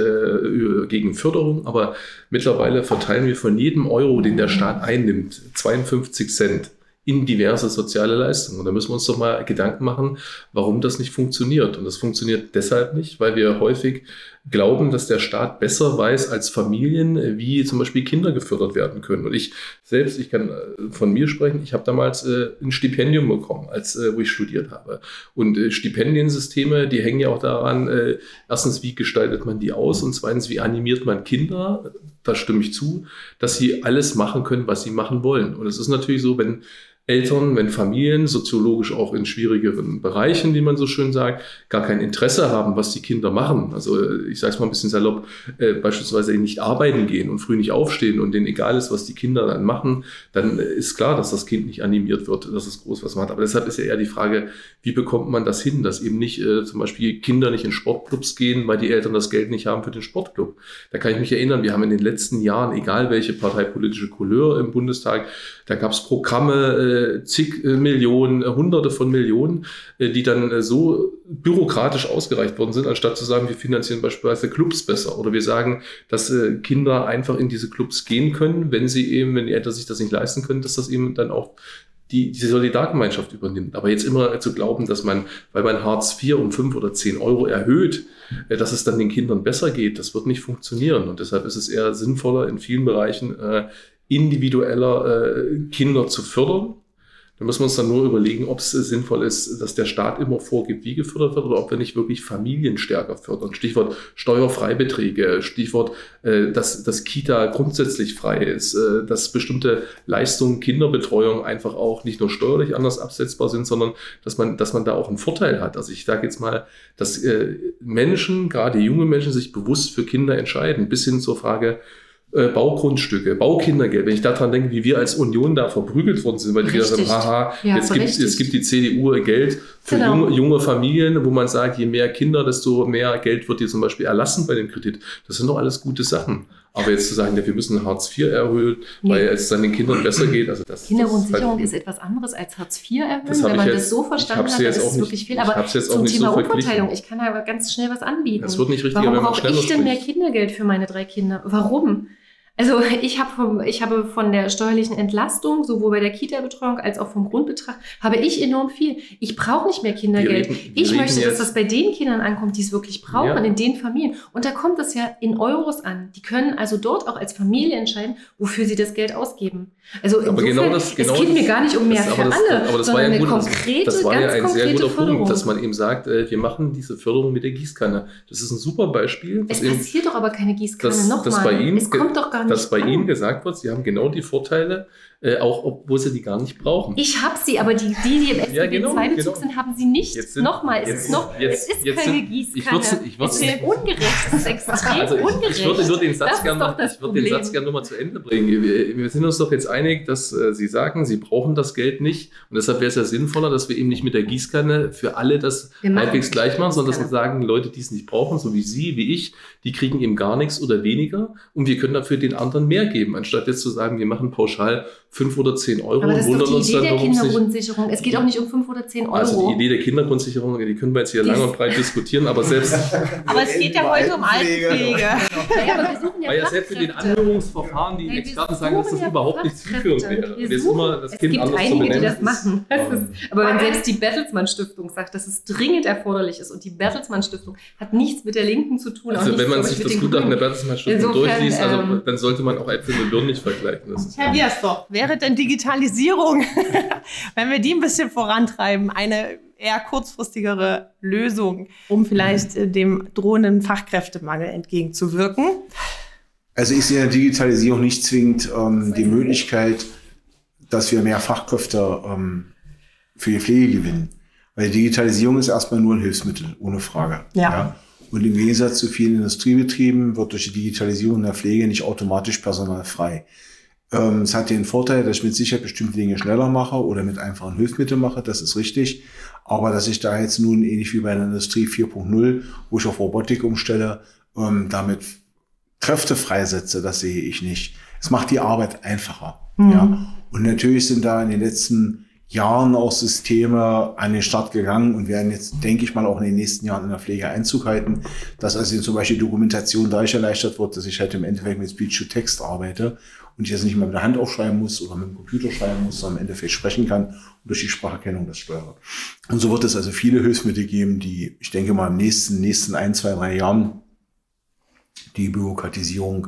gegen Förderung, aber mittlerweile verteilen wir von jedem Euro, den der Staat einnimmt, 52 Cent in diverse soziale Leistungen. Und da müssen wir uns doch mal Gedanken machen, warum das nicht funktioniert. Und das funktioniert deshalb nicht, weil wir häufig glauben, dass der Staat besser weiß als Familien, wie zum Beispiel Kinder gefördert werden können. Und ich kann von mir sprechen, ich habe damals ein Stipendium bekommen, wo ich studiert habe. Und Stipendiensysteme, die hängen ja auch daran, erstens, wie gestaltet man die aus, und zweitens, wie animiert man Kinder, da stimme ich zu, dass sie alles machen können, was sie machen wollen. Und es ist natürlich so, wenn Familien, soziologisch auch in schwierigeren Bereichen, wie man so schön sagt, gar kein Interesse haben, was die Kinder machen. Also ich sage es mal ein bisschen salopp, beispielsweise nicht arbeiten gehen und früh nicht aufstehen und denen egal ist, was die Kinder dann machen, dann ist klar, dass das Kind nicht animiert wird, dass es groß was macht. Aber deshalb ist ja eher die Frage, wie bekommt man das hin, dass eben nicht zum Beispiel Kinder nicht in Sportclubs gehen, weil die Eltern das Geld nicht haben für den Sportclub. Da kann ich mich erinnern, wir haben in den letzten Jahren, egal welche parteipolitische Couleur im Bundestag, da gab es Programme, zig Millionen, Hunderte von Millionen, die dann so bürokratisch ausgereicht worden sind, anstatt zu sagen, wir finanzieren beispielsweise Clubs besser. Oder wir sagen, dass Kinder einfach in diese Clubs gehen können, wenn die Eltern sich das nicht leisten können, dass das eben dann auch diese Solidargemeinschaft übernimmt. Aber jetzt immer zu glauben, dass man, weil man Hartz IV um 5 oder 10 Euro erhöht, dass es dann den Kindern besser geht, das wird nicht funktionieren. Und deshalb ist es eher sinnvoller, in vielen Bereichen individueller Kinder zu fördern. Da müssen wir uns dann nur überlegen, ob es sinnvoll ist, dass der Staat immer vorgibt, wie gefördert wird, oder ob wir nicht wirklich Familien stärker fördern. Stichwort Steuerfreibeträge, Stichwort, dass Kita grundsätzlich frei ist, dass bestimmte Leistungen, Kinderbetreuung einfach auch nicht nur steuerlich anders absetzbar sind, sondern dass man da auch einen Vorteil hat. Also ich sage jetzt mal, dass Menschen, gerade junge Menschen, sich bewusst für Kinder entscheiden, bis hin zur Frage, Baugrundstücke, Baukindergeld. Wenn ich daran denke, wie wir als Union da verprügelt worden sind, weil die gesagt haben, haha, jetzt gibt die CDU Geld für junge Familien, wo man sagt, je mehr Kinder, desto mehr Geld wird dir zum Beispiel erlassen bei dem Kredit. Das sind doch alles gute Sachen. Aber jetzt zu sagen, ja, wir müssen Hartz IV erhöhen, weil es dann den Kindern besser geht. Also
Kindergrundsicherung ist etwas anderes als Hartz IV erhöhen. Wenn man das so verstanden hat, dann ist es wirklich viel. Aber zum Thema Umverteilung, ich kann aber ganz schnell was anbieten.
Das wird nicht richtig,
warum brauche ich denn mehr Kindergeld für meine 3 Kinder? Warum? Also ich habe von der steuerlichen Entlastung, sowohl bei der Kita-Betreuung als auch vom Grundbetrag, habe ich enorm viel. Ich brauche nicht mehr Kindergeld. Ich möchte, dass das bei den Kindern ankommt, die es wirklich brauchen, in den Familien. Und da kommt es ja in Euros an. Die können also dort auch als Familie entscheiden, wofür sie das Geld ausgeben. Also
aber es geht mir gar nicht um mehr für alle, aber das war ja ein sehr guter Punkt, dass man eben sagt, wir machen diese Förderung mit der Gießkanne. Das ist ein super Beispiel.
Es passiert doch aber keine Gießkanne.
Es kommt doch gar nicht dass bei Ihnen gesagt wird, Sie haben genau die Vorteile, auch obwohl Sie die gar nicht brauchen.
Ich habe sie, aber die im SGB-II-Bezug sind, haben sie nicht. Es ist keine Gießkanne. Es ist ungerecht. Es ist extrem ungerecht.
Ich würde nur den Satz gerne nochmal zu Ende bringen. Wir sind uns doch jetzt einig, dass Sie sagen, Sie brauchen das Geld nicht. Und deshalb wäre es ja sinnvoller, dass wir eben nicht mit der Gießkanne für alle das halbwegs gleich machen, sondern dass wir sagen, Leute, die es nicht brauchen, so wie Sie, wie ich, die kriegen eben gar nichts oder weniger. Und wir können dafür den anderen mehr geben, anstatt jetzt zu sagen, wir machen pauschal 5 oder 10 Euro.
Aber das ist doch die Idee der Kindergrundsicherung. Es geht auch nicht um 5 oder 10 Euro.
Also die Idee der Kindergrundsicherung, die können wir jetzt hier lang und breit diskutieren, aber selbst...
aber es geht ja heute um Altenpflege.
Weil ja selbst in den Anhörungsverfahren die Experten sagen, dass das überhaupt nicht zielführend wäre. Und jetzt immer das Kind anders zu benennen.
Es gibt einige, die das machen. Aber wenn selbst die Bertelsmann Stiftung sagt, dass es dringend erforderlich ist und die Bertelsmann Stiftung hat nichts mit der Linken zu tun.
Also wenn man sich das Gutachten der Bertelsmann Stiftung durchliest, dann sollte man auch Äpfel mit Birnen nicht vergleichen.
Herr Wiersdorf, wäre denn Digitalisierung, wenn wir die ein bisschen vorantreiben, eine eher kurzfristigere Lösung, um vielleicht dem drohenden Fachkräftemangel entgegenzuwirken?
Also ich sehe in der Digitalisierung nicht zwingend die Möglichkeit, dass wir mehr Fachkräfte für die Pflege gewinnen. Weil die Digitalisierung ist erstmal nur ein Hilfsmittel, ohne Frage. Ja. Und im Gegensatz zu vielen Industriebetrieben wird durch die Digitalisierung in der Pflege nicht automatisch Personal frei. Es hat den Vorteil, dass ich mit Sicherheit bestimmte Dinge schneller mache oder mit einfachen Hilfsmitteln mache, das ist richtig. Aber dass ich da jetzt nun ähnlich wie bei der Industrie 4.0, wo ich auf Robotik umstelle, damit Kräfte freisetze, das sehe ich nicht. Es macht die Arbeit einfacher. Ja. Und natürlich sind da in den letzten Jahren auch Systeme an den Start gegangen und werden jetzt, denke ich mal, auch in den nächsten Jahren in der Pflege Einzug halten, dass also zum Beispiel Dokumentation dadurch erleichtert wird, dass ich halt im Endeffekt mit Speech-to-Text arbeite und ich jetzt nicht mehr mit der Hand aufschreiben muss oder mit dem Computer schreiben muss, sondern im Endeffekt sprechen kann und durch die Spracherkennung das steuere. Und so wird es also viele Hilfsmittel geben, die, ich denke mal, im nächsten 1, 2, 3 Jahren die Bürokratisierung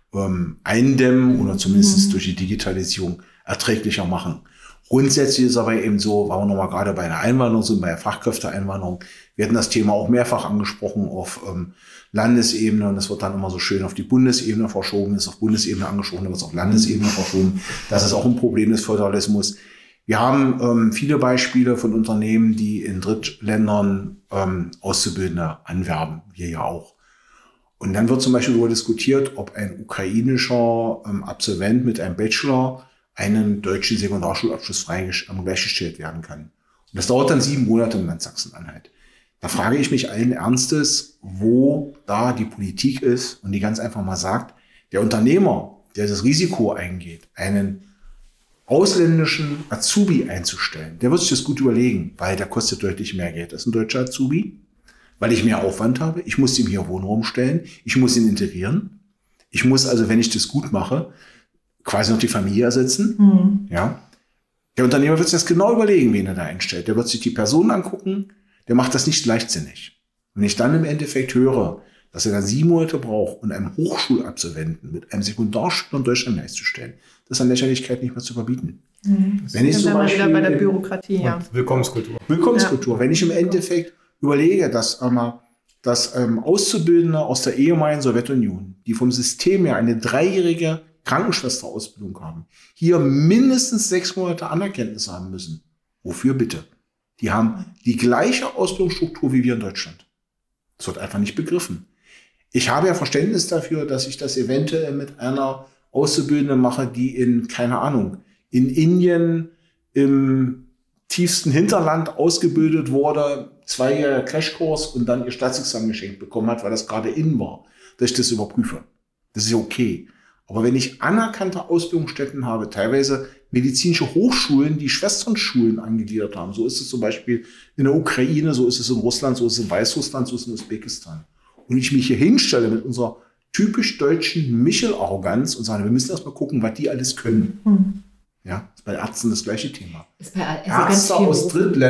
eindämmen oder zumindest durch die Digitalisierung erträglicher machen. Grundsätzlich ist aber eben so, weil wir nochmal gerade bei der Einwanderung sind, bei der Fachkräfteeinwanderung, wir hatten das Thema auch mehrfach angesprochen auf Landesebene und das wird dann immer so schön auf die Bundesebene verschoben, ist auf Bundesebene angesprochen, dann wird es auf Landesebene verschoben. Das ist auch ein Problem des Föderalismus. Wir haben viele Beispiele von Unternehmen, die in Drittländern Auszubildende anwerben, wir ja auch. Und dann wird zum Beispiel darüber diskutiert, ob ein ukrainischer Absolvent mit einem Bachelor einen deutschen Sekundarschulabschluss gleichgestellt werden kann. Und das dauert dann 7 Monate im Land Sachsen-Anhalt. Da frage ich mich allen Ernstes, wo da die Politik ist und die ganz einfach mal sagt, der Unternehmer, der das Risiko eingeht, einen ausländischen Azubi einzustellen, der wird sich das gut überlegen, weil der kostet deutlich mehr Geld als ein deutscher Azubi, weil ich mehr Aufwand habe. Ich muss ihm hier Wohnraum stellen, ich muss ihn integrieren. Ich muss also, wenn ich das gut mache, quasi noch die Familie ersetzen. Ja. Der Unternehmer wird sich das genau überlegen, wen er da einstellt. Der wird sich die Person angucken, der macht das nicht leichtsinnig. Wenn ich dann im Endeffekt höre, dass er dann 7 Monate braucht, um einem Hochschulabsolventen mit einem Sekundarschüler in Deutschland gleichzustellen, das ist an Lächerlichkeit nicht mehr zu überbieten.
Wenn ich zum Beispiel wieder bei der Bürokratie,
Willkommenskultur.
Willkommenskultur. Wenn ich im Endeffekt überlege, dass Auszubildende aus der ehemaligen Sowjetunion, die vom System her eine 3-jährige Krankenschwesterausbildung haben, hier mindestens 6 Monate Anerkenntnis haben müssen. Wofür bitte? Die haben die gleiche Ausbildungsstruktur wie wir in Deutschland. Das wird einfach nicht begriffen. Ich habe ja Verständnis dafür, dass ich das eventuell mit einer Auszubildenden mache, die in Indien im tiefsten Hinterland ausgebildet wurde, 2-jähriger Crashkurs und dann ihr Staatsexamen geschenkt bekommen hat, weil das gerade in war, dass ich das überprüfe. Das ist ja okay. Aber wenn ich anerkannte Ausbildungsstätten habe, teilweise medizinische Hochschulen, die Schwesternschulen angegliedert haben, so ist es zum Beispiel in der Ukraine, so ist es in Russland, so ist es in Weißrussland, so ist es in Usbekistan. Und ich mich hier hinstelle mit unserer typisch deutschen Michel-Arroganz und sagen, wir müssen erstmal gucken, was die alles können. Ja, ist bei Ärzten das gleiche Thema.
Ist bei, also
Ärzte aus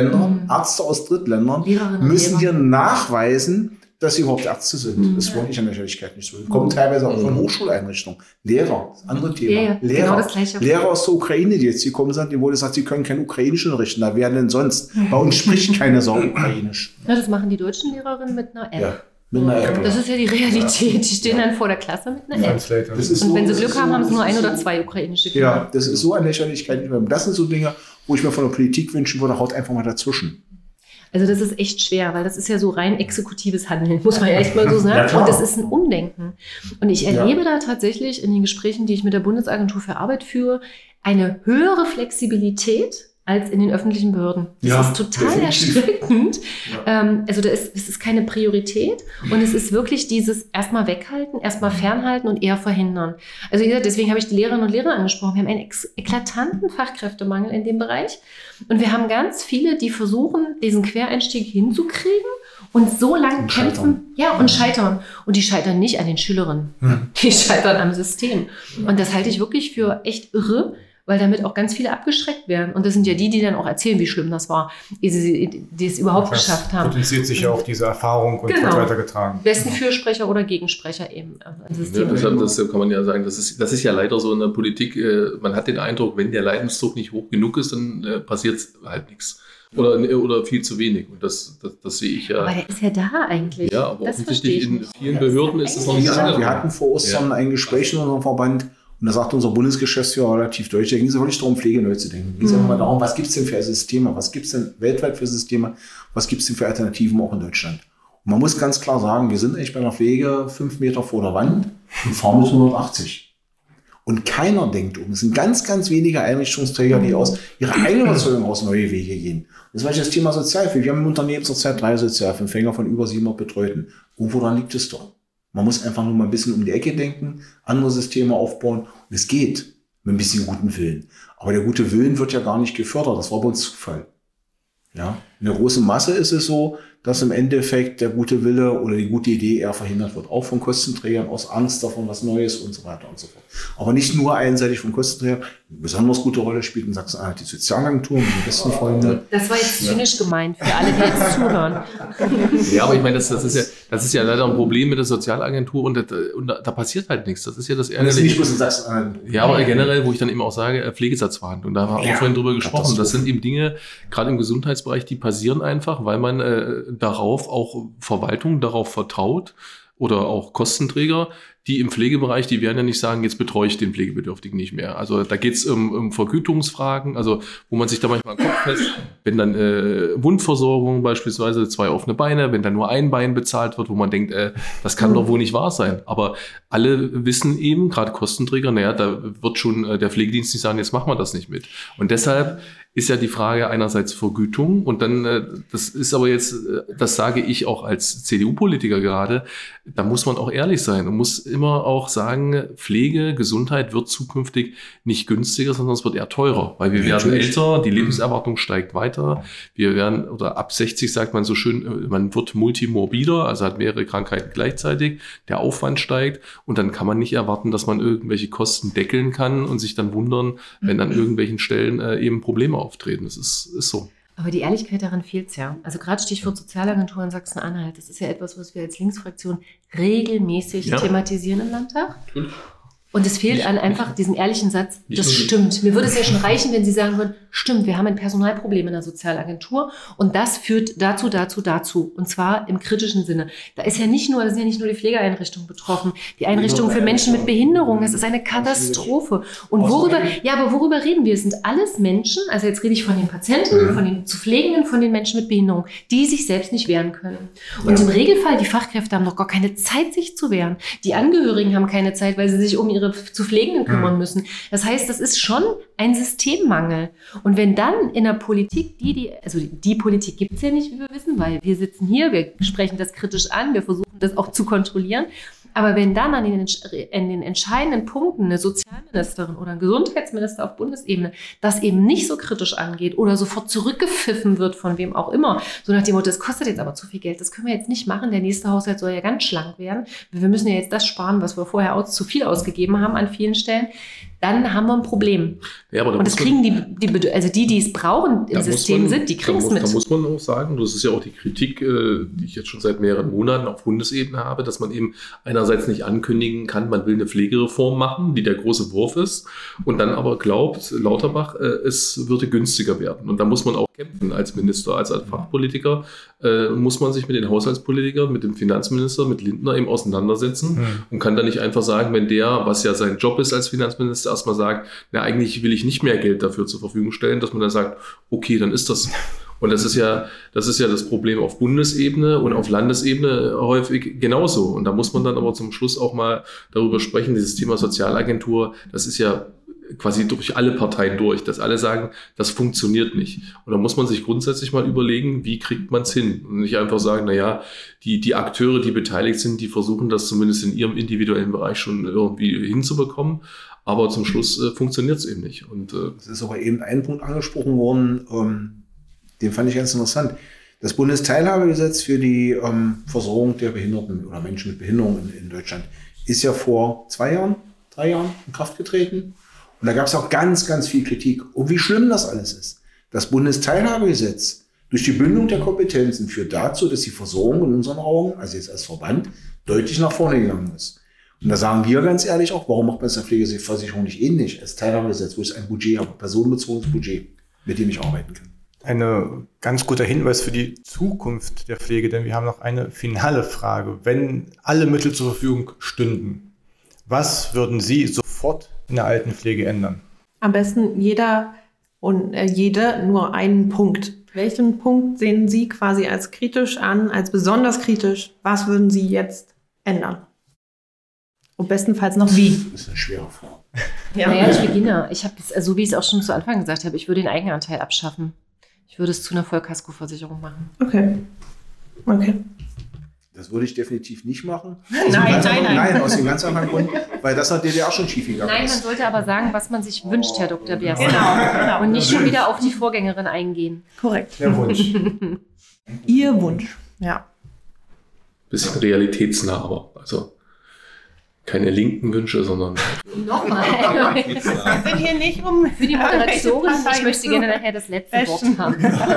Drittländern müssen dir nachweisen, dass sie überhaupt Ärzte sind. Das wollte ich an der Stelle nicht so. Kommen teilweise auch von Hochschuleinrichtungen. Lehrer, das andere Thema.
Ja,
Lehrer,
genau das Gleiche.
Lehrer aus der Ukraine, die jetzt gekommen sind, die wurde gesagt, sie können kein Ukrainisch unterrichten. Da werden denn sonst? Bei uns spricht keine Sau Ukrainisch.
Ja, das machen die deutschen Lehrerinnen mit einer App.
Ja, mit einer App.
Das ist ja die Realität. Die stehen dann vor der Klasse mit einer App. Und wenn sie Glück haben, haben sie nur 1 oder 2 ukrainische Kinder.
Ja, das ist so eine Lächerlichkeit. Das sind so Dinge, wo ich mir von der Politik wünschen würde, haut einfach mal dazwischen.
Also das ist echt schwer, weil das ist ja so rein exekutives Handeln, muss man ja echt mal so sagen.
Ja,
und das ist ein Umdenken. Und ich erlebe da tatsächlich in den Gesprächen, die ich mit der Bundesagentur für Arbeit führe, eine höhere Flexibilität als in den öffentlichen Behörden. Das ist total erschreckend. Also es ist keine Priorität und es ist wirklich dieses erstmal weghalten, erstmal fernhalten und eher verhindern. Also wie gesagt, deswegen habe ich die Lehrerinnen und Lehrer angesprochen. Wir haben einen eklatanten Fachkräftemangel in dem Bereich und wir haben ganz viele, die versuchen, diesen Quereinstieg hinzukriegen und so lange kämpfen und scheitern. Und die scheitern nicht an den Schülerinnen, die scheitern am System. Und das halte ich wirklich für echt irre, weil damit auch ganz viele abgeschreckt werden. Und das sind ja die dann auch erzählen, wie schlimm das war, die es überhaupt geschafft haben.
Potenziert sich ja auch diese Erfahrung und wird weitergetragen.
Besten Fürsprecher oder Gegensprecher eben.
Das kann man ja sagen, das ist ja leider so in der Politik, man hat den Eindruck, wenn der Leidensdruck nicht hoch genug ist, dann passiert halt nichts. Oder viel zu wenig. Und das sehe ich ja. Aber
der ist ja da eigentlich.
Ja, aber offensichtlich in vielen Behörden ist es noch nicht angekommen.
Wir hatten vor Ostern ein Gespräch in unserem Verband. Und da sagte unser Bundesgeschäftsführer relativ deutlich, da ging es wirklich darum, Pflege neu zu denken. Da ging es einfach mal darum, was gibt es denn für Systeme? Was gibt es denn weltweit für Systeme? Was gibt es denn für Alternativen auch in Deutschland? Und man muss ganz klar sagen, wir sind eigentlich bei der Pflege 5 Meter vor der Wand und fahren mit 180. Und keiner denkt um. Es sind ganz, ganz wenige Einrichtungsträger, die aus ihrer eigenen Überzeugung aus neue Wege gehen. Das ist das Thema Sozialhilfe. Wir haben im Unternehmen zurzeit 3 Sozialhilfeempfänger von über 700 Betreuten. Irgendwo dran liegt es doch. Man muss einfach nur mal ein bisschen um die Ecke denken, andere Systeme aufbauen. Und es geht mit ein bisschen guten Willen. Aber der gute Willen wird ja gar nicht gefördert. Das war bei uns Zufall. Ja, in der großen Masse ist es so, dass im Endeffekt der gute Wille oder die gute Idee eher verhindert wird. Auch von Kostenträgern aus Angst davon, was Neues und so weiter und so fort. Aber nicht nur einseitig von Kostenträgern. Eine besonders gute Rolle spielt in Sachsen-Anhalt die Sozialagentur mit den besten Freunden.
Das war jetzt zynisch gemeint für alle, die jetzt zuhören.
Ja, aber ich meine, das ist ja leider ein Problem mit der Sozialagentur und da passiert halt nichts. Das ist ja das Ärgerliche.
Das ist nicht bloß in Sachsen-Anhalt.
Ja, aber generell, wo ich dann eben auch sage, Pflegesatzverhandlung, da haben wir auch vorhin drüber gesprochen. Das sind eben Dinge, gerade im Gesundheitsbereich, die passieren einfach, weil man darauf auch Verwaltung darauf vertraut oder auch Kostenträger, die im Pflegebereich, die werden ja nicht sagen, jetzt betreue ich den Pflegebedürftigen nicht mehr. Also da geht es um Vergütungsfragen, also wo man sich da manchmal am Kopf fest, wenn dann Wundversorgung beispielsweise 2 offene Beine, wenn dann nur ein Bein bezahlt wird, wo man denkt, das kann doch wohl nicht wahr sein. Aber alle wissen eben, gerade Kostenträger, da wird schon der Pflegedienst nicht sagen, jetzt machen wir das nicht mit. Und deshalb ist ja die Frage einerseits Vergütung und dann, das ist aber jetzt, das sage ich auch als CDU-Politiker gerade, da muss man auch ehrlich sein und muss immer auch sagen, Pflege, Gesundheit wird zukünftig nicht günstiger, sondern es wird eher teurer, weil wir werden älter, die Lebenserwartung steigt weiter, wir werden, oder ab 60 sagt man so schön, man wird multimorbider, also hat mehrere Krankheiten gleichzeitig, der Aufwand steigt und dann kann man nicht erwarten, dass man irgendwelche Kosten deckeln kann und sich dann wundern, wenn an irgendwelchen Stellen eben Probleme auftreten. Das ist so.
Aber die Ehrlichkeit daran fehlt es ja. Also gerade Stichwort Sozialagentur in Sachsen-Anhalt, das ist ja etwas, was wir als Linksfraktion regelmäßig thematisieren im Landtag. Und es fehlt an einfach diesem ehrlichen Satz, das stimmt. Mir würde es ja schon reichen, wenn Sie sagen würden, stimmt, wir haben ein Personalproblem in der Sozialagentur und das führt dazu. Und zwar im kritischen Sinne. Da sind ja nicht nur die Pflegeeinrichtungen betroffen, die Einrichtungen für Menschen mit Behinderung. Das ist eine Katastrophe. Und worüber reden wir? Es sind alles Menschen, also jetzt rede ich von den Patienten, von den zu Pflegenden, von den Menschen mit Behinderung, die sich selbst nicht wehren können. Und im Regelfall, die Fachkräfte haben doch gar keine Zeit, sich zu wehren. Die Angehörigen haben keine Zeit, weil sie sich um ihre ihre zu Pflegenden kümmern müssen. Das heißt, das ist schon ein Systemmangel. Und wenn dann in der Politik die Politik gibt es ja nicht, wie wir wissen, weil wir sitzen hier, wir sprechen das kritisch an, wir versuchen das auch zu kontrollieren. Aber wenn dann in den entscheidenden Punkten eine Sozialministerin oder ein Gesundheitsminister auf Bundesebene das eben nicht so kritisch angeht oder sofort zurückgepfiffen wird von wem auch immer, so nach dem Motto, das kostet jetzt aber zu viel Geld, das können wir jetzt nicht machen, der nächste Haushalt soll ja ganz schlank werden, wir müssen ja jetzt das sparen, was wir vorher zu viel ausgegeben haben an vielen Stellen, dann haben wir ein Problem. Ja, aber und das kriegen die es brauchen im System die kriegen es mit.
Da muss man auch sagen, das ist ja auch die Kritik, die ich jetzt schon seit mehreren Monaten auf Bundesebene habe, dass man eben einerseits nicht ankündigen kann, man will eine Pflegereform machen, die der große Wurf ist, und dann aber glaubt, Lauterbach, es würde günstiger werden. Und da muss man auch kämpfen als Minister, als Fachpolitiker, muss man sich mit den Haushaltspolitikern, mit dem Finanzminister, mit Lindner eben auseinandersetzen und kann dann nicht einfach sagen, wenn der, was ja sein Job ist als Finanzminister, erstmal sagt, na, eigentlich will ich nicht mehr Geld dafür zur Verfügung stellen, dass man dann sagt, okay, dann ist das. Und das ist ja das Problem auf Bundesebene und auf Landesebene häufig genauso. Und da muss man dann aber zum Schluss auch mal darüber sprechen, dieses Thema Sozialagentur, das ist ja quasi durch alle Parteien durch, dass alle sagen, das funktioniert nicht. Und da muss man sich grundsätzlich mal überlegen, wie kriegt man es hin? Und nicht einfach sagen, naja, die Akteure, die beteiligt sind, die versuchen das zumindest in ihrem individuellen Bereich schon irgendwie hinzubekommen. Aber zum Schluss funktioniert es eben nicht. Und
es ist aber eben ein Punkt angesprochen worden, den fand ich ganz interessant. Das Bundesteilhabegesetz für die Versorgung der Behinderten oder Menschen mit Behinderung in Deutschland ist ja vor 3 Jahren in Kraft getreten. Und da gab es auch ganz, ganz viel Kritik, wie schlimm das alles ist. Das Bundesteilhabegesetz durch die Bündelung der Kompetenzen führt dazu, dass die Versorgung in unseren Augen, also jetzt als Verband, deutlich nach vorne gegangen ist. Und da sagen wir ganz ehrlich auch, warum macht man es der Pflegeversicherung nicht ähnlich? Als Teilhabegesetz, wo ich ein Budget habe, personenbezogenes Budget, mit dem ich arbeiten kann.
Ein ganz guter Hinweis für die Zukunft der Pflege, denn wir haben noch eine finale Frage. Wenn alle Mittel zur Verfügung stünden, was würden Sie sofort in der Altenpflege ändern?
Am besten jeder und jede nur einen Punkt. Welchen Punkt sehen Sie quasi als kritisch an, als besonders kritisch? Was würden Sie jetzt ändern? Und bestenfalls noch wie?
Das ist eine schwere Frage.
Ja. Naja, ich beginne. Ich habe so wie ich es auch schon zu Anfang gesagt habe, ich würde den Eigenanteil abschaffen. Ich würde es zu einer Vollkaskoversicherung machen.
Okay.
Das würde ich definitiv nicht machen.
Nein.
Aus dem ganz anderen Grund, weil das in der DDR schon schief gegangen ist.
Nein, man sollte aber sagen, was man sich wünscht, Herr Dr. Bierster.
Genau.
Und nicht schon wieder auf die Vorgängerin eingehen.
Korrekt.
Der Wunsch.
Ihr Wunsch, ja.
Bisschen realitätsnah, aber also keine linken Wünsche, sondern
Nochmal.
Wir sind hier nicht
für die Moderatorin. Ich möchte gerne nachher das letzte Wort haben.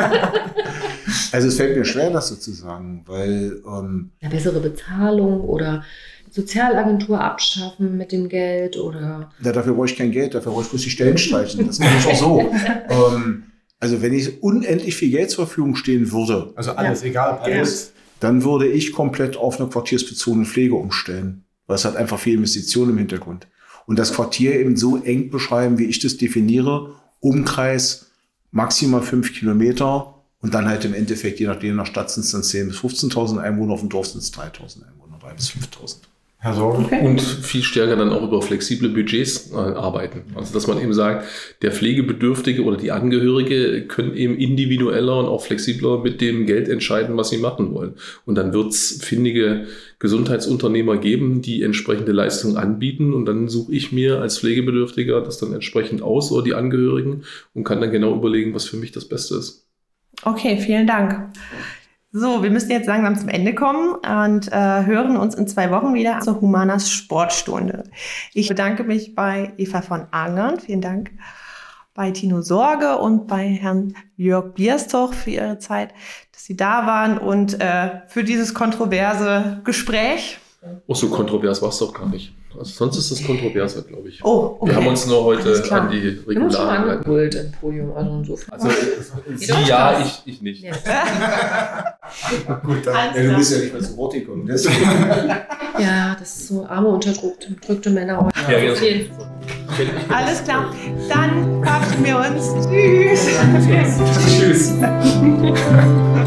Also es fällt mir schwer, das so zu sagen, weil
eine bessere Bezahlung oder Sozialagentur abschaffen mit dem Geld oder...
Ja, dafür brauche ich kein Geld, dafür brauche ich bloß die Stellen streichen. Das kann ich auch so. Also wenn ich unendlich viel Geld zur Verfügung stehen würde,
Also alles, egal, alles.
dann würde ich komplett auf eine quartiersbezogene Pflege umstellen. Weil es hat einfach viel Investitionen im Hintergrund. Und das Quartier eben so eng beschreiben, wie ich das definiere, Umkreis maximal 5 Kilometer und dann halt im Endeffekt, je nachdem, nach Stadt sind es dann 10.000 bis 15.000 Einwohner, auf dem Dorf sind es 3.000 Einwohner, 3.000 bis 5.000.
Und viel stärker dann auch über flexible Budgets arbeiten. Also dass man eben sagt, der Pflegebedürftige oder die Angehörige können eben individueller und auch flexibler mit dem Geld entscheiden, was sie machen wollen. Und dann wird es findige Gesundheitsunternehmer geben, die entsprechende Leistungen anbieten. Und dann suche ich mir als Pflegebedürftiger das dann entsprechend aus oder die Angehörigen und kann dann genau überlegen, was für mich das Beste ist.
Okay, vielen Dank. So, wir müssen jetzt langsam zum Ende kommen und hören uns in 2 Wochen wieder zur Humanas Sportstunde. Ich bedanke mich bei Eva von Angern, vielen Dank, bei Tino Sorge und bei Herrn Jörg Bierstoch für Ihre Zeit, dass Sie da waren und für dieses kontroverse Gespräch.
Oh, so kontrovers war es doch gar nicht. Also sonst ist es kontroverser, glaube ich.
Oh, okay.
Wir haben uns nur heute an die
Wir haben schon
Regularien.
angeholt im Podium, also insofern.
Also Sie ja, ich nicht.
Ja.
Gut, dann, ja, du bist ja nicht mehr zu Wort gekommen.
Ja, das ist so arme, unterdrückte Männer.
Ja, genau.
Alles klar, dann verabschieden wir uns. Tschüss.
Tschüss.